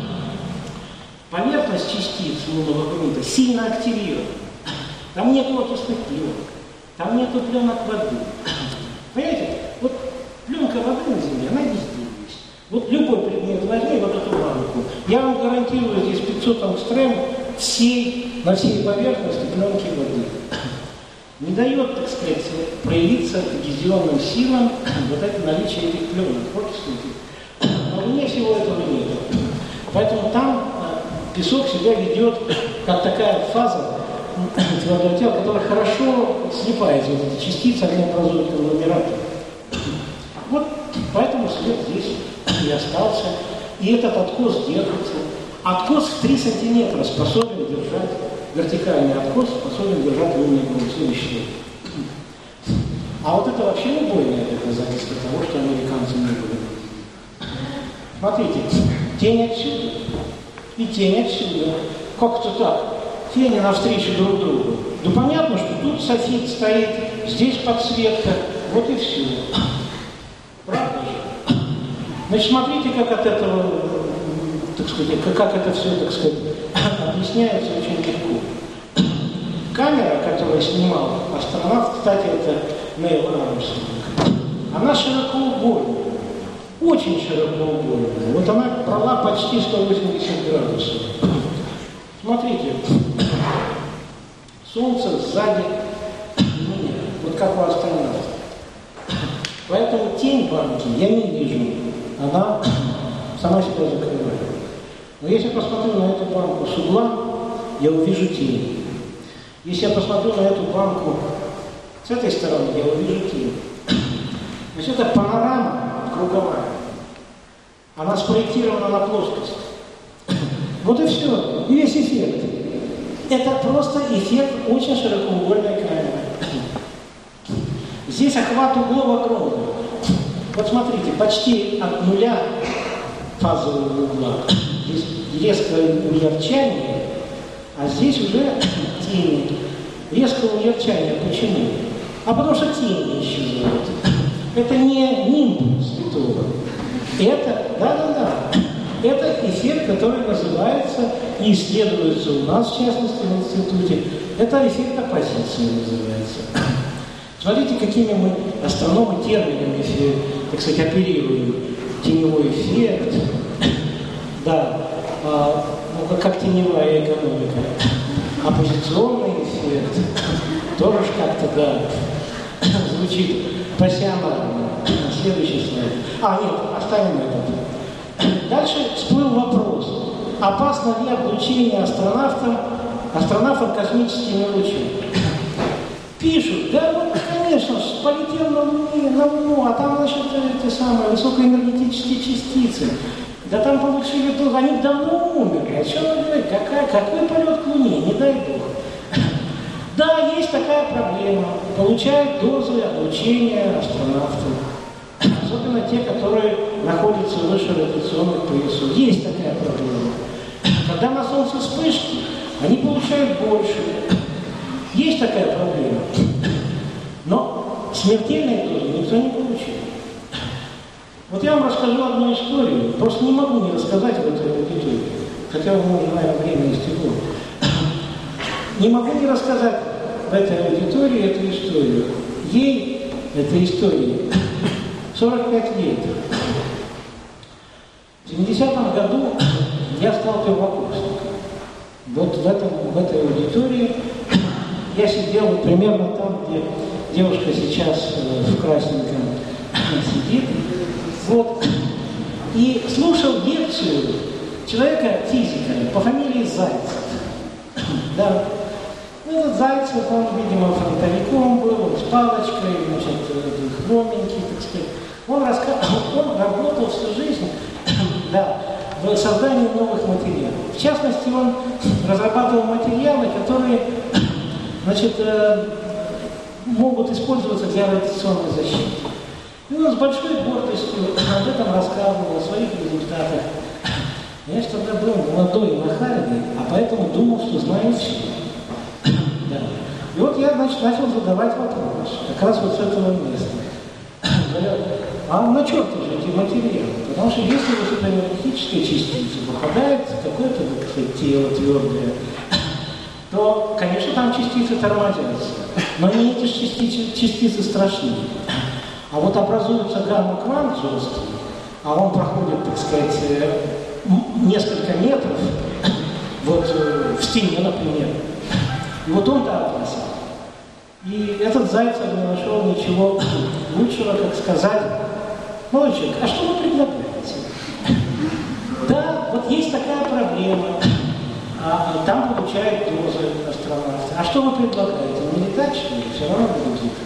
поверхность частиц лунного грунта сильно активирована. Там нет окисных пленок, там нет пленок воды. Понимаете? Вот пленка воды на Земле, она везде есть. Вот любой предмет возьми, вот эту банку. Я вам гарантирую, здесь пятьсот ангстрем всей, на всей поверхности пленки воды. Не дает, так сказать, проявиться адгезионным силам вот это наличие этих пленок, окисных. На Луне всего этого нет. Поэтому там песок себя ведет как такая фаза твердого тела, которая хорошо слипается, вот эти частицы, они образуют конгломераты. Вот поэтому свет здесь и остался. И этот откос держится. Откос в три сантиметра способен держать, вертикальный откос способен держать лунный грунт. Следующий. А вот это вообще убойное доказательство того, что американцы не были. Смотрите, тень отсюда и тень отсюда. Как это так? Тени навстречу друг другу. Да понятно, что тут софит стоит, здесь подсветка, вот и все. Правда же? Значит, смотрите, как от этого, так сказать, как это все, так сказать, объясняется очень легко. Камера, которая снимала астронавт, кстати, это Нейл Армстронг, она широкоугольная, очень широкоугольная. Вот она брала почти сто восемьдесят градусов. Смотрите, Солнце сзади меня, вот как у астронавта. Поэтому тень банки я не вижу, она сама себя закрывает. Но если я посмотрю на эту банку с угла, я увижу тень. Если я посмотрю на эту банку с этой стороны, я увижу тень. Значит, это панорама круговая. Она спроектирована на плоскость. Вот и все. И весь эффект. Это просто эффект очень широкоугольной камеры. Здесь охват углов огромный. Вот смотрите, почти от нуля фазового угла. Здесь резкое уярчание, а здесь уже тени. Резкое уярчание. Почему? А потому что тени исчезают. Это не нимб святого. Это, да-да-да, это эффект, который называется, и исследуется у нас, в частности, в институте, это эффект оппозиции называется. Смотрите, какими мы астрономы терминами, так сказать, оперируем. Теневой эффект, да, а, ну, как теневая экономика. Оппозиционный эффект, тоже ж как-то, да, звучит пассионарно. Следующий слайд. А, нет, оставим этот. Дальше всплыл вопрос. Опасно ли облучение астронавтов, астронавтов космическими лучами? Пишут, да, ну, конечно, полетел на Луне, на Луну, а там, значит, эти самые высокоэнергетические частицы. Да там получили дозу, они давно умерли. О чем вы говорите? Какая, какой полет к Луне? Не дай Бог. Да, есть такая проблема. Получают дозы облучения астронавтов. Особенно те, которые находятся выше радиационных поясов. Есть такая проблема. Когда на Солнце вспышки, они получают больше. Есть такая проблема. Но смертельной дозы никто не получил. Вот я вам расскажу одну историю. Просто не могу не рассказать в этой аудитории. Хотя у меня, наверное, время истекло. Не могу не рассказать в этой аудитории эту историю. Ей, этой истории, сорок пять лет. В семидесятом году я стал первокурсником. Вот в, этом, в этой аудитории я сидел примерно там, где девушка сейчас в красненьком сидит. Вот. И слушал лекцию человека, физика, по фамилии Зайцев. Да. Ну, этот Зайцев, он, видимо, фронтовиком был, он с палочкой, значит, хроменький, так сказать. Он, рассказывал, он работал всю жизнь, да, в создании новых материалов. В частности, он разрабатывал материалы, которые, значит, могут использоваться для радиационной защиты. И он с большой гордостью об этом рассказывал, о своих результатах. Я же тогда был молодой и нахальный, а поэтому думал, что знаю все. Да. И вот я, значит, начал задавать вопрос, как раз вот с этого места. Говорят, а на черт же эти материалы? Потому что если высокоэнергетическая частица попадает в какое-то, так сказать, тело твердое, то, конечно, там частицы тормозятся. Но не эти частицы, частицы страшнее. А вот образуется гамма-квант жесткий, а он проходит, так сказать, несколько метров, вот в стене, например. И вот он-то опасен. И этот Зайцев не нашел ничего лучшего, как сказать: молодой человек, а что вы предлагаете? Да, вот есть такая проблема. А там получают дозы астронавты. А что вы предлагаете? Не летать, что ли? Все равно будут летать.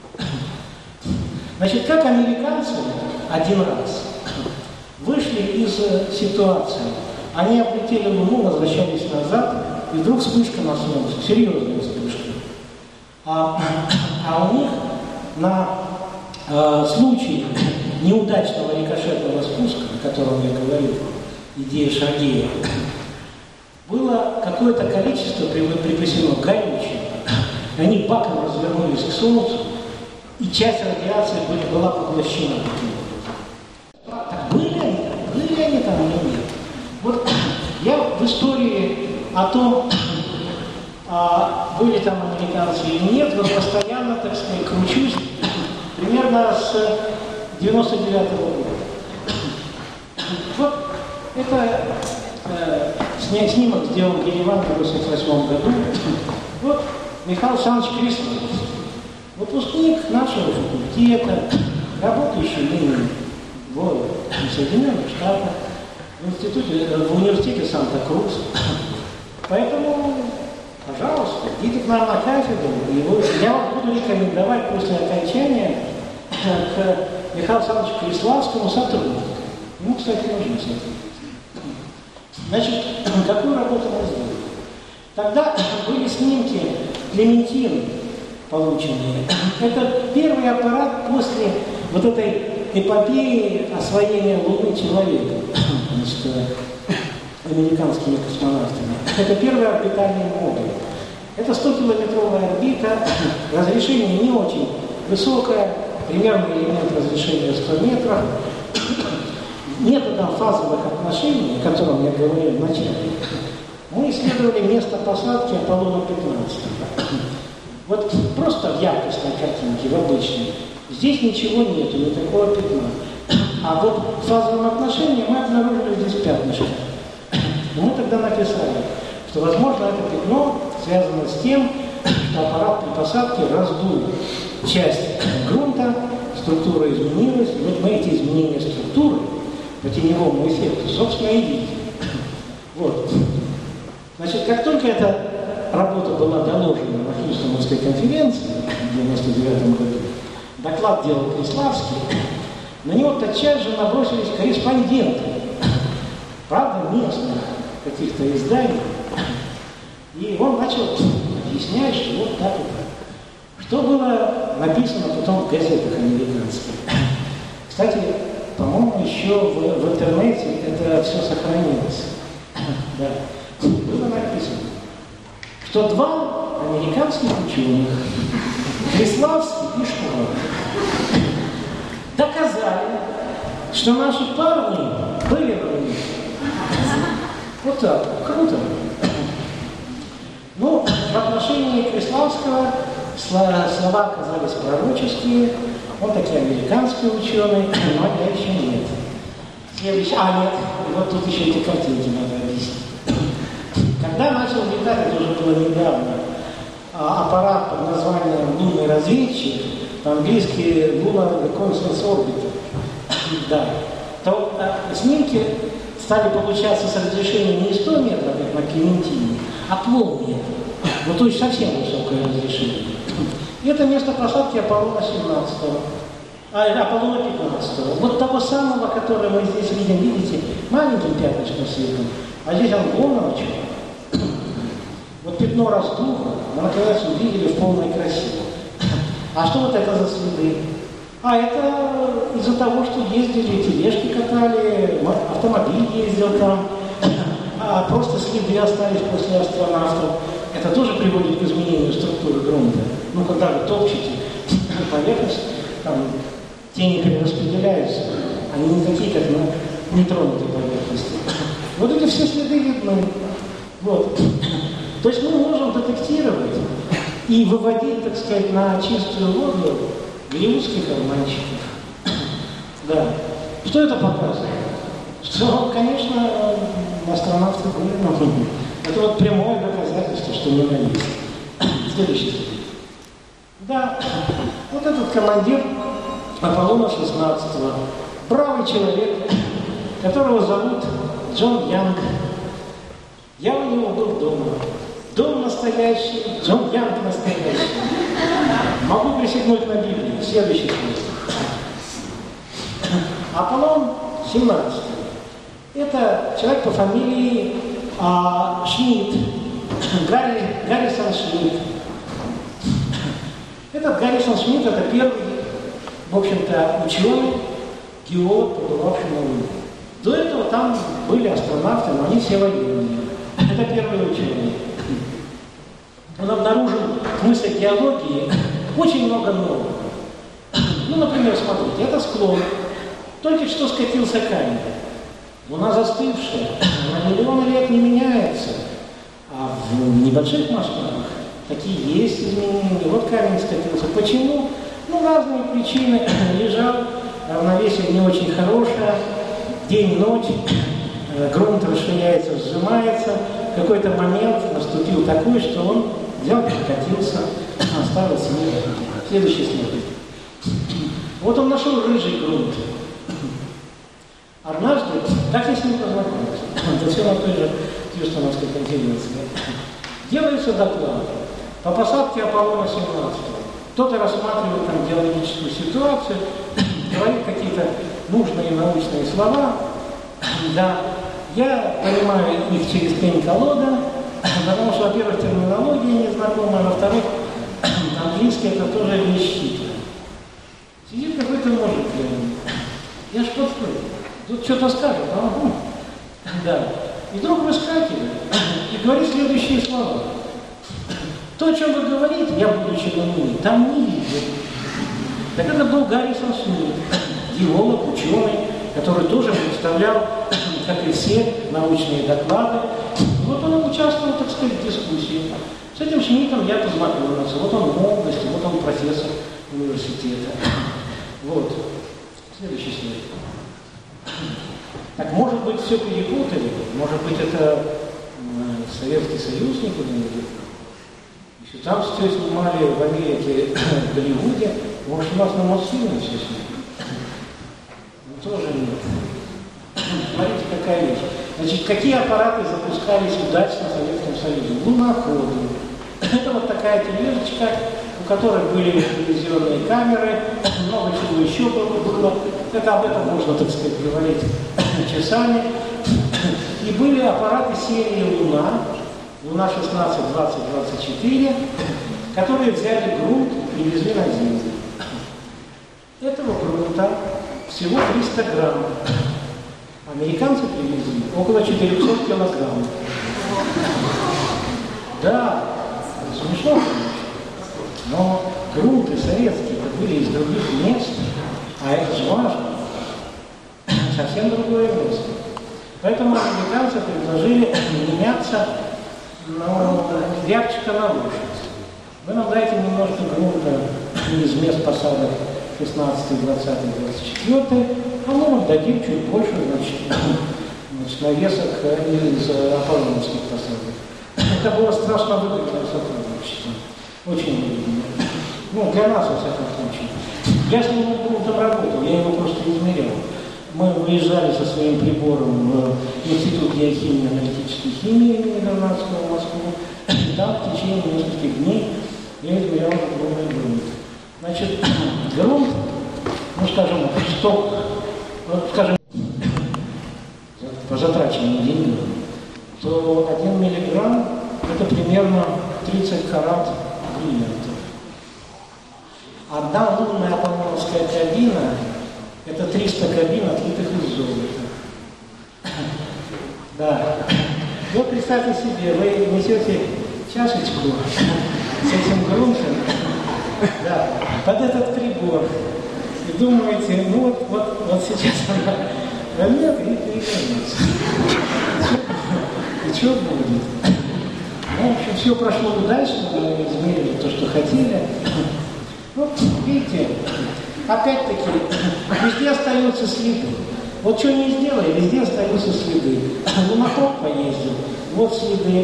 Значит, как американцы один раз вышли из ситуации. Они облетели Луну, возвращались назад, и вдруг вспышка на Солнце, серьезная вспышка. А, а у них на э, случай неудачного рикошетного спуска, о котором я говорил, идея Шаргея, было какое-то количество припасено горючего. Они баком развернулись к Солнцу, и часть радиации была поглощена таким образом. Так были они? Были они там или нет? Вот я в истории о том, а, были там американцы или нет, вот постоянно, так сказать, кручусь примерно с девяносто девятого года. Вот это э, снимок сделан в Ереване в восемьдесят восьмом году. Вот Михаил Александрович Крисловский, выпускник нашего факультета, работающий ныне в Соединенных Штатах, в, институте, в университете Санта-Крус. Поэтому, пожалуйста, идите к нам на кафедру. И вы, я вам буду рекомендовать после окончания к Михаилу Александровичу Криславскому сотруднику. Ему, кстати, нужен сотрудник. Значит, какую работу мы сделали? Тогда были снимки Клементины, полученные. Это первый аппарат после вот этой эпопеи освоения Луны человеком, значит, американскими космонавтами. Это первый орбитальный модуль. Это стокилометровая орбита, разрешение не очень высокое, примерно элемент разрешения сто метров. Методом фазовых отношений, о котором я говорил в начале, мы исследовали место посадки Аполлона пятнадцать. Вот просто в яркостной картинке, в обычной, здесь ничего нету, никакого пятна. А вот в фазовом отношении мы обнаружили здесь пятнышко. И мы тогда написали, что, возможно, это пятно связано с тем, что аппарат при посадке раздул часть грунта, структура изменилась, и вот мы эти изменения структуры по теневому эффекту, собственно, и видим. Вот. Значит, как только эта работа была доложена на Хьюстонской конференции в девяносто девятом году, доклад делал Криславский, на него тотчас же набросились корреспонденты, правда, местных каких-то изданий, и он начал объяснять, что вот так и так. Что было написано потом в газетах американских. Кстати, по-моему, еще в, в интернете это все сохранилось. Да. Было написано, что два американских ученых, Криславский и Шварц, доказали, что наши парни были равны. Вот так, круто. Ну, в отношении Криславского слова оказались пророческие, он таки американский ученый, но я еще нет. Следующий, а нет, вот тут еще эти картинки надо объяснить. Когда начал летать, это уже было недавно, аппарат под названием «Лунный разведчик», по-английски «Lunar Reconnaissance Orbiter», да, то а, снимки стали получаться с разрешением не сто метров, как на Клементине, а полметра. Ну, то есть совсем высокое разрешение. И это место посадки Аполлона семнадцатого, а Аполлона пятнадцатого. Вот того самого, которое мы здесь видим, видите, маленьким пятнышком светом, а здесь он полночь. Вот пятно раздуло, мы наконец увидели в полной красе. А что вот это за следы? А это из-за того, что ездили, тележки катали, автомобиль ездил там, а просто следы остались после астронавтов. Это тоже приводит к изменению структуры грунта. Ну, когда вы топчете поверхность, там тени перераспределяются, они не такие, как на нетронутой поверхности. Вот эти все следы видны. Вот. То есть мы можем детектировать и выводить, так сказать, на чистую воду голливудских обманщиков. Да. Что это показывает? Что, конечно, астронавты были, но это вот прямое доказательство, что не на есть. Следующий слайд. Да, вот этот командир Аполлона шестнадцатого, бравый человек, которого зовут Джон Янг. Я у него был дома. Дом настоящий, Джон Янг настоящий. Могу присягнуть на Библию. Следующий слайд. Аполлон семнадцатый. Это человек по фамилии а, Шмидт. Гарри, Гаррисон Шмидт. Этот Гаррисон Шмидт это первый, в общем-то, ученый, геолог, побывавший на Луне. До этого там были астронавты, но они все военные. Это первый ученый. Он обнаружил в смысле геологии очень много нового. Ну, например, смотрите, это склон. Только что скатился камень. Луна застывшая, на миллионы лет не меняется. А в небольших масштабах такие есть изменения. Вот камень скатился. Почему? Ну, разные причины. Лежал, равновесие не очень хорошее, день-ночь, грунт расширяется, сжимается. В какой-то момент наступил такой, что он взял, прокатился, оставил снег. Следующий слайд. Вот он нашел рыжий грунт. Однажды, как я с ним познакомился, это все на той же Хьюстоновской конференции, делается доклад по посадке Аполлона семнадцатого. Кто-то рассматривает там геологическую ситуацию, говорит какие-то нужные научные слова. Да, я понимаю их через пень-колода, потому что, во-первых, терминология незнакомая, а во-вторых, английский это тоже вещь хитрая. Сидит какой-то мужик, я ж подходит. Тут что-то скажет, а он, да. И вдруг выскакивает и говорит следующие слова. То, о чем вы говорите, я, будучи на Луне, там не видел. Так это был Гаррисон Шмидт, геолог, ученый, который тоже представлял, как и все, научные доклады. Вот он участвовал, так сказать, в дискуссии. С этим Шмидтом я познакомился. Вот он в молодости, вот он профессор университета. Вот. Следующий слайд. Так, может быть, все перепутали, может быть, это Советский Союз никуда не выехал. Еще там все снимали в Америке, в Голливуде, Может, у нас на Мосфильме все снято? Ну, тоже нет. Смотрите, какая вещь. Значит, какие аппараты запускались удачно в Советском Союзе? Луноходы. Это вот такая тележечка, у которой были телевизионные камеры, много чего еще было. Это об этом можно, так сказать, говорить часами. И были аппараты серии «Луна», «Луна шестнадцать, двадцать, двадцать четыре», которые взяли грунт и привезли на Землю. Этого грунта всего триста грамм. Американцы привезли около четырехсот килограмм. Да, смешно, конечно. Но грунты советские были из других мест, а это же важно. Совсем другое место. Поэтому американцы предложили меняться, но рябчика на лошадь. Вы нам дайте немножко грунта из мест посадок шестнадцатый, двадцатый, двадцать четвёртый, а мы вам дадим чуть больше, значит, значит навесок из аполлоновских посадок. Это было страшно выгодное сотрудничество. Очень выгодно. Ну, для нас, во всяком случае. Я с ним грунтом работал, я его просто измерял. Мы выезжали со своим прибором в Институт геохимии и аналитической химии имени Вернадского в Москву. И там в течение нескольких дней я измерял огромный грунт. Значит, грунт, ну скажем, что, ну, скажем, по затраченным деньгам, то один миллиграмм это примерно тридцать карат бриллиантов. Одна лунная аполлоновская кабина это триста кабин, отлитых из золота. Да. Вот представьте себе, вы несете чашечку с этим грунтом, да, под этот прибор и думаете, ну вот, вот, вот сейчас она возьмет и перевернется. И что будет? Ну, в общем, все прошло удачно, мы измерили то, что хотели. Вот, видите, опять-таки, везде остаются следы. Вот что не сделай, везде остаются следы. Луноход поездил, вот следы.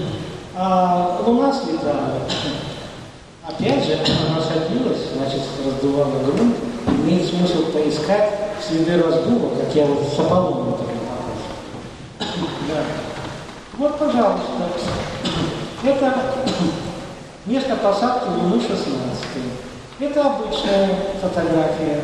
А Луна слетала. Опять же, она садилась, значит, раздувала грунт. Имеет смысл поискать следы раздува, как я вот с Аполлоном показывал. Да. Вот, пожалуйста. Это место посадки Луны шестнадцать. Это обычная фотография.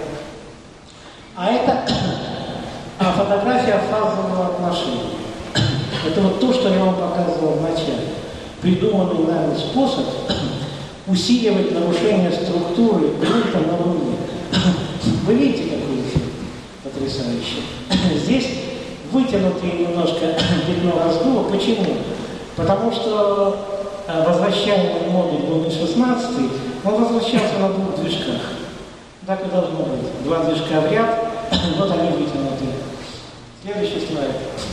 А это а фотография фазового отношения. Это вот то, что я вам показывал в начале. Придуманный нами способ усиливать нарушение структуры грунта на Луне. Вы видите, какой эффект потрясающий. Здесь вытянутое немножко пятно раздува. Почему? Потому что возвращаемый модуль Луны шестнадцать, он возвращался на двух движках. Так и должно быть. Два движка в ряд, вот они вытянуты. Следующий слайд.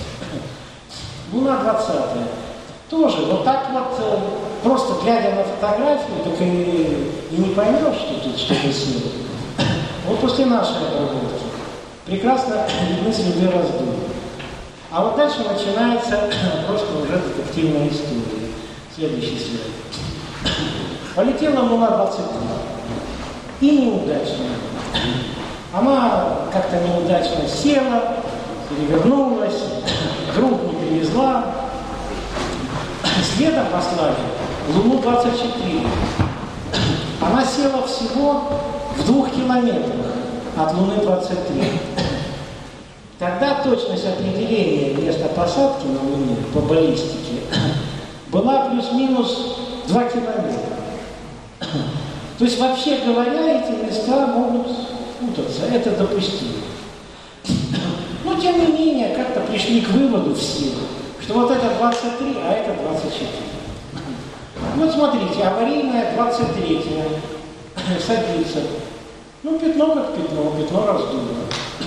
Луна двадцатая. Тоже вот так вот, просто глядя на фотографию, так и, и не поймешь, что тут что-то село. Вот после нашей обработки прекрасно видны следы раздува. А вот дальше начинается просто уже детективная история. Следующий слайд. Полетела Луна двадцать три. И неудачно. Она как-то неудачно села, перевернулась, грунт не привезла. Следом послали Луну двадцать четыре. Она села всего в двух километрах от Луны двадцать три. Тогда точность определения места посадки на Луне по баллистике была плюс-минус два километра. То есть, вообще говоря, эти места могут путаться. Это допустимо. Но, тем не менее, как-то пришли к выводу все, что вот это двадцать три, а это двадцать четыре. Вот смотрите, аварийная двадцать третья садится. Ну, пятно как пятно, пятно раздуло.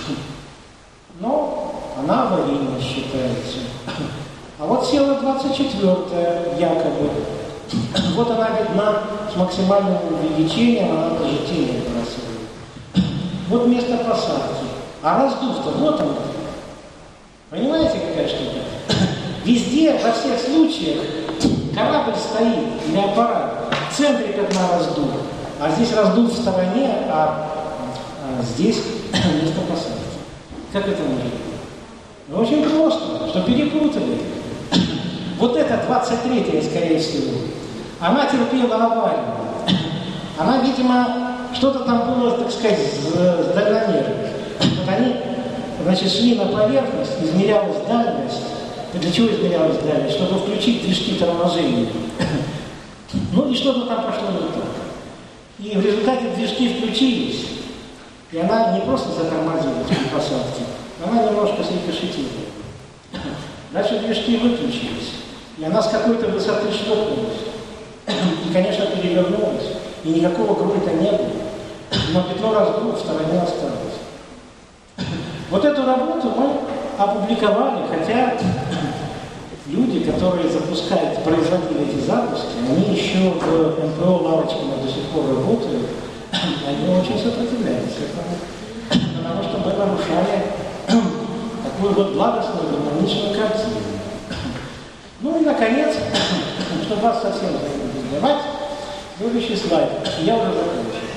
Но она аварийная считается. А вот села двадцать четвёртая якобы. Вот она видна с максимальным увеличением, она даже тень отбрасывает. Вот место посадки. А раздув-то вот он. Понимаете, какая штука? Везде, во всех случаях, корабль стоит или аппарат в центре пятна раздува. а здесь раздул в стороне, а, а здесь место посадки. Как это может быть? Ну, очень просто, что перепутали. Вот эта двадцать третья, скорее всего, она терпела аварию. Она, видимо, что-то там было, так сказать, с дальномером. Вот они, значит, шли на поверхность, измерялась дальность. Для чего измерялась дальность? Чтобы включить движки торможения. Ну и что-то там пошло не так. И в результате движки включились, и она не просто затормозилась при посадке, она немножко срикошетила. Дальше движки выключились, и она с какой-то высоты шлепнулась. И, конечно, перевернулась, и никакого грунта не было. Но пятно раздуло, в стороне осталось. Вот эту работу мы опубликовали, хотя люди, которые запускают, производили эти запуски, они еще в эм пэ о Лавочкино до сих пор работают, они очень сопротивляются этому, потому что мы нарушали такую вот благостную, гармоничную картину. Ну и, наконец, чтобы вас совсем не занимать, следующий слайд. Я уже закончил.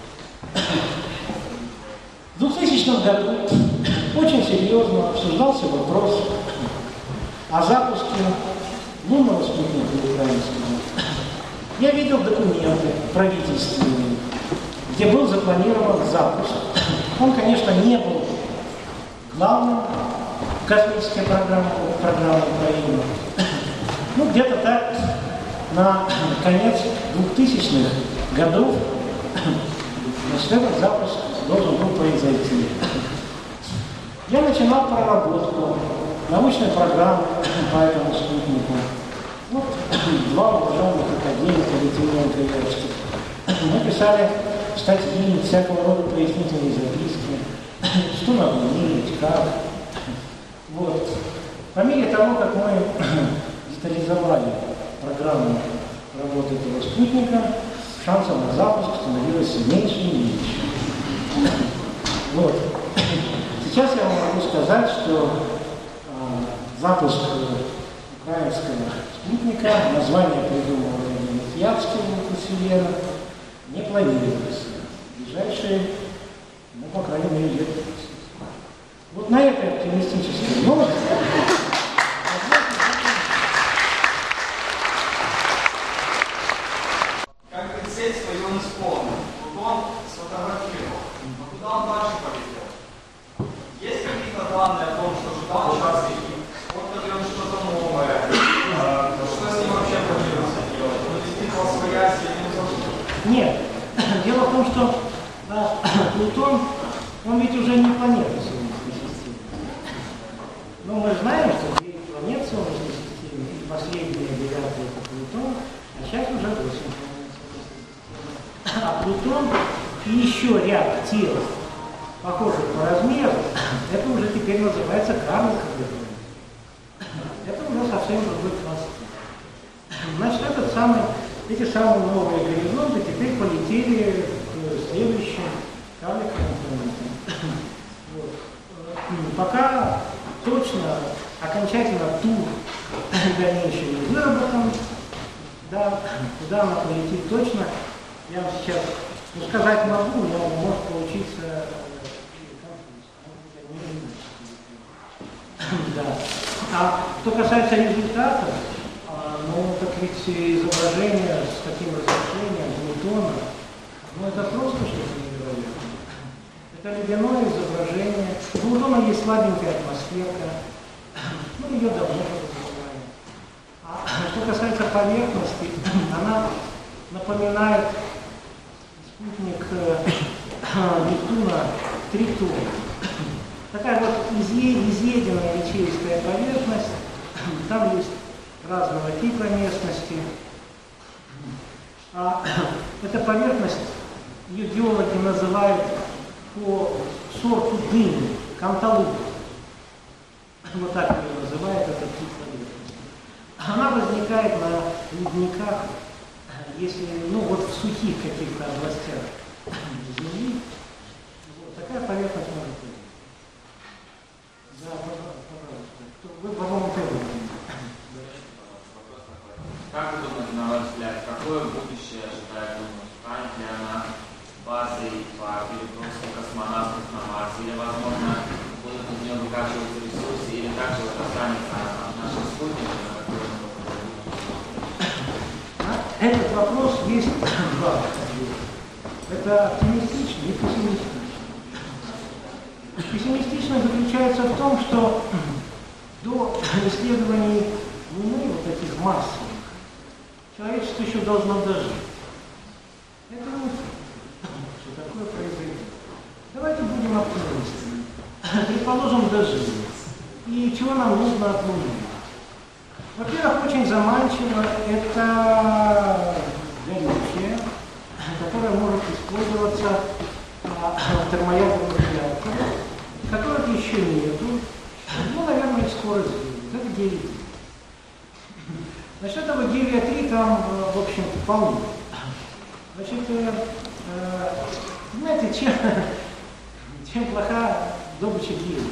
В двухтысячном году очень серьезно обсуждался вопрос о запуске лунного спутника украинского. Я видел документы правительственные, где был запланирован запуск. Он, конечно, не был главным космической программой, программой Украины. Ну, где-то так, на конец двухтысячных годов, значит, этот запуск должен был произойти. Я начинал проработку научной программы по этому спутнику. Вот два уважаемых академика, Литвиненко и Ячкин. Мы писали статьи, всякого рода пояснительные записки, что надо мерить, как. Вот. По мере того, как мы детализовали программу работы этого спутника, шансов на запуск становилось все меньше и меньше. Вот. Сейчас я вам могу сказать, что э, запуск украинского спутника, название придумал Ятский Василена, не планируется. В ближайшие, ну, по крайней мере, лет тридцать. Вот на этой оптимистической ноте как бы цель свою он исполнил. Вот он сфотографировал. Но куда он дальше полетел? Есть какие-то данные о том, что ждал участники? Вот ли он что-то новое? Что с ним вообще планируется делать? Он действительно своясь или не зашло? Нет. Дело в том, что а, Плутон, он ведь уже не планета Солнечной системы. Но мы знаем, что девять планет Солнечной системы, и последняя девятая это Плутон, а сейчас уже восемь планет Солнечной системы. А Плутон и еще ряд тел, похожих по размеру, это уже теперь называется карликовый. Это уже совсем другой класс. Значит, этот самый, эти самые новые горизонты теперь полетели к следующим карликовым планетам. Вот. Пока точно, окончательно тур дальнейший не выработан, да, куда она полетит точно, я вам сейчас ну, сказать могу, но может получиться да. А что касается результатов, ну, так ведь изображение с таким разрешением Плутона, ну, это просто что-то невероятное. Это ледяное изображение. У Плутона есть слабенькая атмосферка, ну, ее давно подразумеваем. А что касается поверхности, она напоминает спутник Нептуна Тритон. Такая вот изъеденная ячеистая поверхность, там есть разного типа местности. А эта поверхность, ее геологи называют по сорту дыни, канталуп. Вот так ее называют, этот тип поверхности. Она возникает на ледниках, если, ну вот в сухих каких-то областях Земли. Вот такая поверхность может быть. Да, пожалуйста. Вы, по-моему, тоже. Как вы думаете, на ваш взгляд, какое будущее ожидает Луну? Станет ли она выкачиваются ресурсы, или также вот останется нашим спутником, на который мы поговорим? Этот вопрос есть два ответа. Это оптимистичный и пессимистичный. Пессимистичный заключается в том, что до исследований Луны, вот этих массовых, человечество еще должно дожить. Это не что такое произойдет. Давайте будем оптимистами. Предположим, дожили. И чего нам нужно от Луны? Во-первых, очень заманчиво это горючее, которое может использоваться в термоядерных реакторах, которых еще нету. Ну, наверное, их скоро сделают. Это гелий три. Значит, этого гелия три там, в общем, полно. Значит, э, знаете, чем, чем плоха добыча гелия?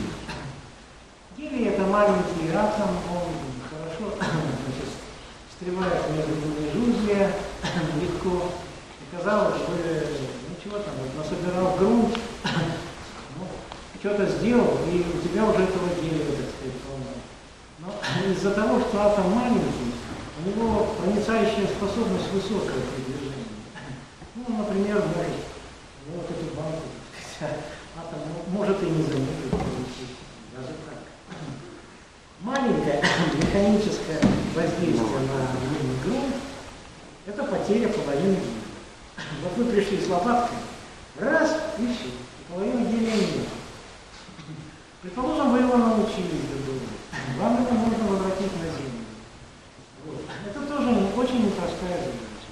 Гелий это маленький атом, он хорошо значит, встревает между двумя жужья, легко. И казалось, что ничего там, насобирал грунт, ну, что-то сделал, и у тебя уже этого гелия, так сказать, полно. Но из-за того, что атом маленький, у него проницающая способность высокая при движении. Ну, например, может, ну, вот эту банку, так сказать, атом может и не заметить, даже так. Маленькое механическое воздействие на лунный грунт – это потеря половины гелия. Вот вы пришли с лопаткой, раз, и все, и половины гелия нет. Предположим, вы его научились добывать, вам это нужно возвратить на Землю. Вот. Это тоже очень непростая задача.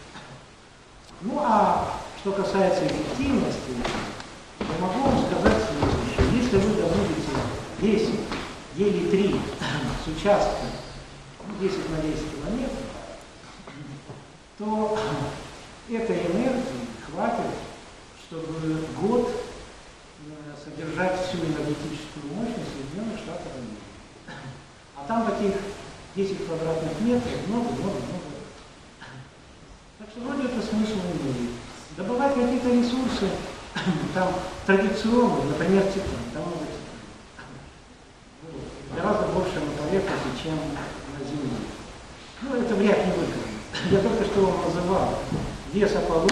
Ну а что касается эффективности, я могу вам сказать следующее. Если вы добудете десять гелий три с участка десять на десять километров, то этой энергии хватит, чтобы год содержать всю энергетическую мощность Соединенных Штатов Америки. А там таких десять квадратных метров много-много-много. Так что вроде это смысла не имеет. Добывать какие-то ресурсы, там традиционные, например, титан, там много титана. Гораздо больше на поверхности, чем на Земле. Ну, это вряд ли выгодно. Я только что вам называл вес Аполлона,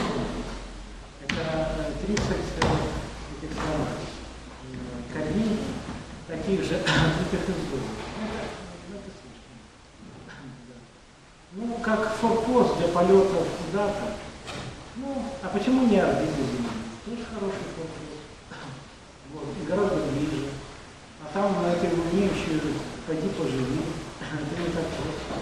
это тридцать этих самых кормин, таких же открытых изготов. Это слишком. Ну, как форпост для полетов куда-то. Ну, а почему не орбита Земли? Тоже хороший форпост. Вот, и гораздо ближе. А там на этой Луне еще пойди поживи. Это не так просто.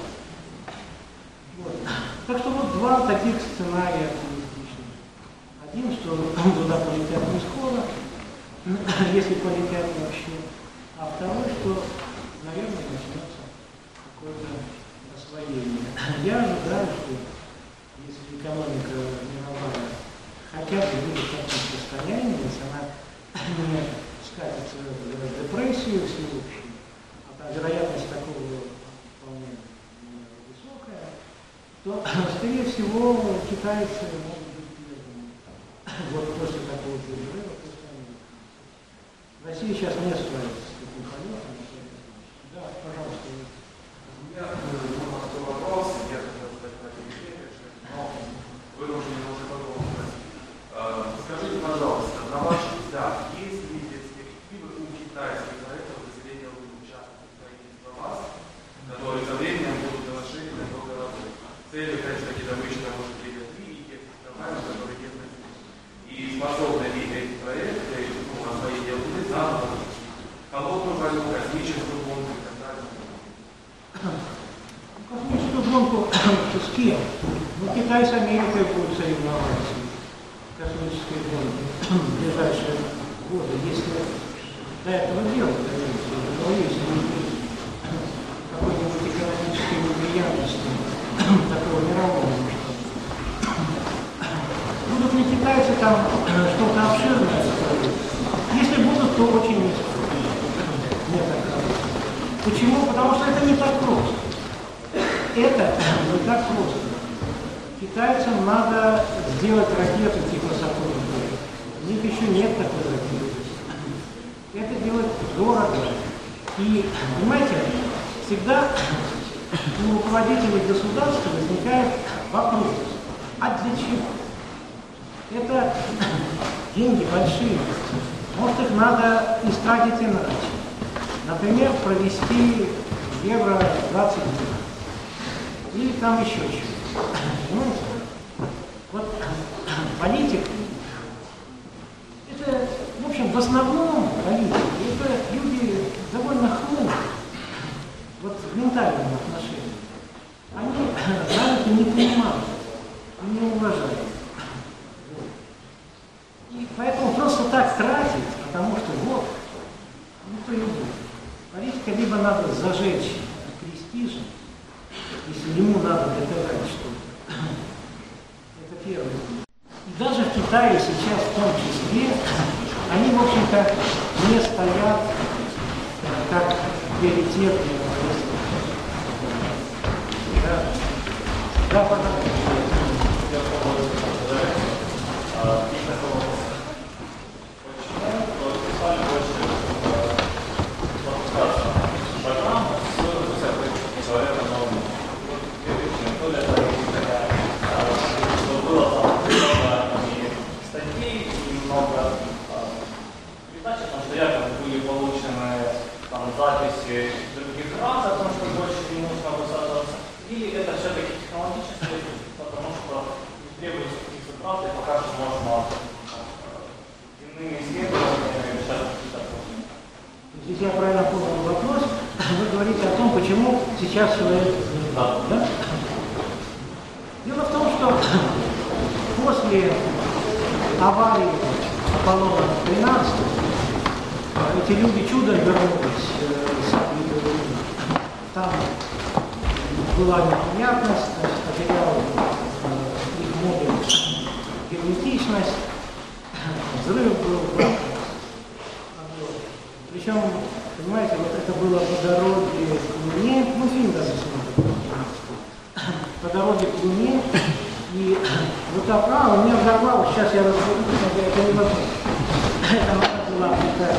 Вот. Так что вот два таких сценария оптимистичных. Один, что туда полетят не скоро, если полетят вообще. А второй, что, наверное, начнется какое-то освоение. Я ожидаю, что если экономика мировая хотя бы будет в таком состоянии, если она не скатится в депрессию всеобщую, а вероятность такого вполне высокая, то, скорее всего, китайцы могут быть первыми. Вот после такого перерыва, после Америки. Россия сейчас не справится с таким полетом. Да, пожалуйста. У меня много вопрос, я хотел задать на перерыве, но вынужден уже потом спросить. Скажите, пожалуйста, на ваш взгляд, есть ли перспективы у китайских проектов заселения Луны, в частности, строительства ВАЗ, которые со временем будут расширены до городов? Целью, конечно, добычи того же гелия-три и тех технологий, которые есть на Земле. И способны ли эти проекты, ну, освоение Луны заново, холодную войну, космическую гонку и так далее? Космическую гонку с кем? Ну, Китай с Америкой будут соревноваться в космической гонке в ближайшие годы. Если до этого дела, конечно, но если не будет какой-нибудь экономической неприятности такого мирового масштаба. Будут ли китайцы там что-то обширное строить? Если будут, то очень не скоро. Мне так кажется. Почему? Потому что это не так просто. Это не так просто. Китайцам надо сделать ракету типа Сатурн. У них еще нет такой ракеты. Это делать дорого. И, понимаете, всегда у руководителей государства возникает вопрос, а для чего? Это деньги большие, может их надо истратить иначе. Например, провести евро двадцать два. Или там еще чего-то. Понимаете? Вот политик, это, в общем, в основном политики, это люди довольно хмурые, вот в ментальном отношении. Они науку не понимают, не уважают. И поэтому просто так тратить, потому что вот, никто не будет. Политика либо надо зажечь престижем, если ему надо доказать что-то. Это первое. И даже в Китае сейчас в том числе, они, в общем-то, не стоят как приоритетные. Да, да, пожалуйста. Записи других раз о том, что больше не нужно высаживаться, или это все-таки технологически, потому что не требуется каких-то прав, и пока что можно иными исследованиями решать какие-то проблемы. Если я правильно понял вопрос, вы говорите о том, почему сейчас человек... Да. Да? Дело в том, что после аварии Аполлона тринадцать эти люди чудом вернулись с орбиты Луны. Там была непонятность, потерял их модуль герметичность, взрыв был. Причем, понимаете, вот это было по дороге к Луне, ну фильм даже смотрел, по дороге к Луне, и вот так, а, у меня взорвалось, сейчас я разберу, это невозможно. Это была такая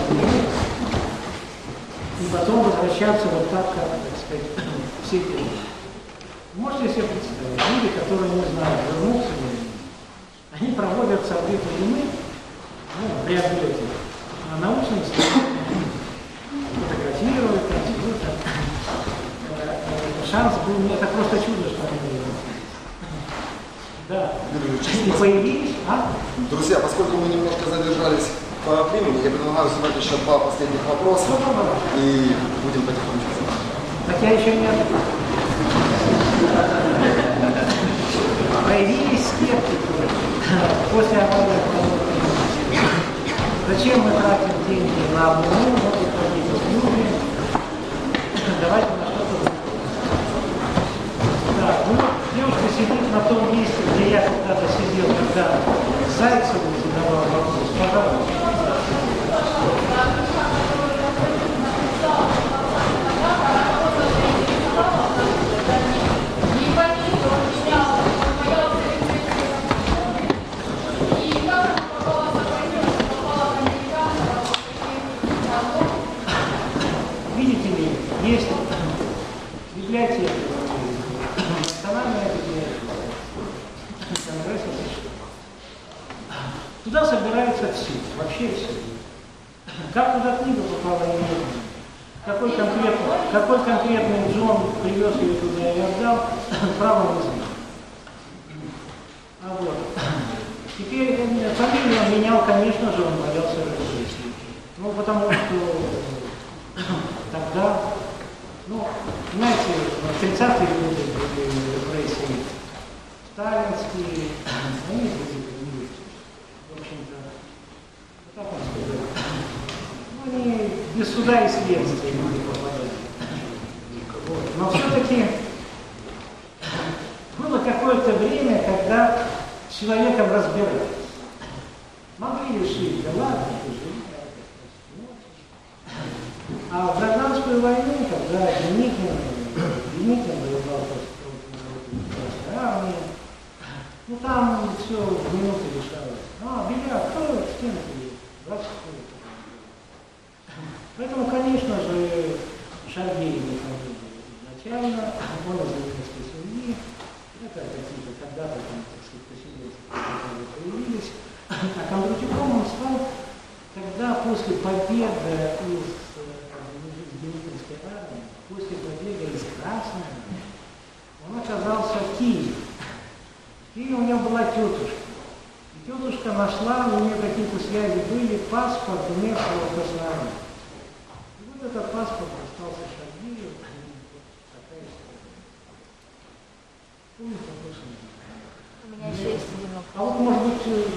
и потом возвращаться вот так, как, так сказать, все делают. Можете себе представить, люди, которые не знают, вернуться или нет, они проводят с орбиты Луны, ну, при отлете, на научном исследовании, фотографируют, компьютер. Шанс был, это просто чудо, что они вернулись. Да. И появились, а? Друзья, поскольку мы немножко задержались по времени, я предлагаю задать еще два последних вопроса и будем потихонечку. Так я еще не ответил. Появились скептики после аварии. Зачем мы тратим деньги на Луну, могут ходить люди? Давайте на что-то другое. Да, ну, девушка сидит на том месте, где я когда-то сидел, когда Зайцеву задавал вопрос. Пожалуйста. Видите ли, есть библиотека, национальная библиотека, Конгресса США. Туда собираются все, вообще все. Как туда книга попала, я не знаю. Какой конкретный, какой конкретный Джон привез ее туда и отдал, право не знаю. А вот. Теперь фамилию он менял, конечно же, он боялся жизни. Ну, потому что тогда, ну, знаете, в тридцатые годы были репрессии сталинские, они были, в общем-то, как он сказал, ну, они без суда и следствия не попадали. Вот. Но все-таки было какое-то время, когда с человеком разбирались. Могли решить, да ладно, жили. А в гражданскую войну, когда Деникин, Деникин воевал против Красной армии, ну там все в минуты решалось. А, бильярд, кто в стенку едет? двадцать Поэтому, конечно же, Шаргей не ходил изначально, он из еврейской семьи, это какие-то когда-то там, так сказать, поселенцы появились. А Кондратюком он стал, когда после победы из Демидовской армии, после победы из Красной армии, он оказался в Киеве. В Киеве у него была тетушка. И тетушка нашла, у нее какие-то связи были, паспорт умершего в Красноармии. И вот этот паспорт остался Шаргею. Такая история. Помните, вопрос? У меня еще есть один вопрос. А вот, может быть, э,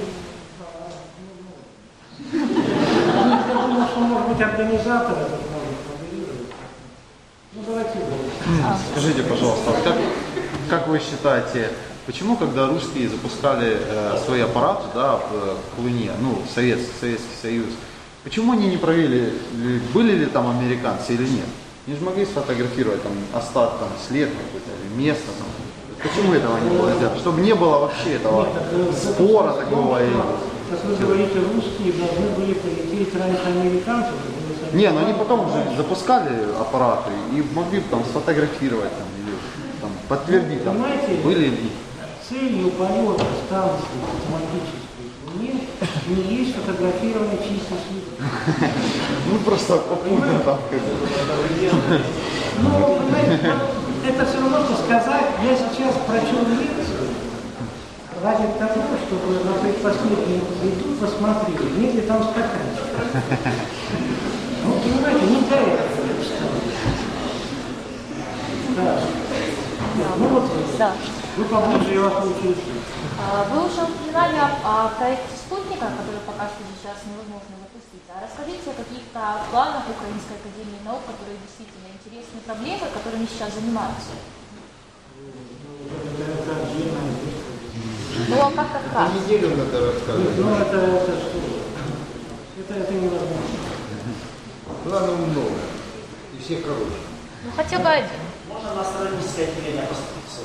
я думаю, что, может быть, организатор этот может модерировать. Ну, давайте его. Скажите, пожалуйста, как, как вы считаете, почему, когда русские запускали э, свои аппараты, да, в Колыне, ну, Совет, Советский Союз, почему они не провели, были ли там американцы или нет? Они же могли сфотографировать там остаток, там, след какой-то, или место там. Почему этого не было сделано? Чтобы не было вообще этого спора такого. И... Как вы говорите, русские должны были полететь раньше американцев. Не, но они потом уже запускали аппараты и могли бы там сфотографировать там, или там, подтвердить, там, были ли. Целью полета станции автоматической Луне не есть фотографирование чисто следов. Ну просто попутно там. Ну, понимаете, это все равно, что сказать, я сейчас прочел лекцию ради того, чтобы на предпоследнюю приду посмотрели, нет ли там стаканчик. Ну, понимаете, не для этого. Да. Ну вот, Да. вы поближе, я вас учу. А, Вы уже упоминали о, о проекте «Спутника», который пока что сейчас невозможно запустить. А расскажите о каких-то планах Украинской академии наук, которые действительно интересны проблемы, которыми сейчас занимаются. Ну, а как так как? Неделю надо рассказывать. Ну, это, это что? Это, это невозможно. Планов много. И все короче. Ну, хотя бы один. Можно на астрономическое отделение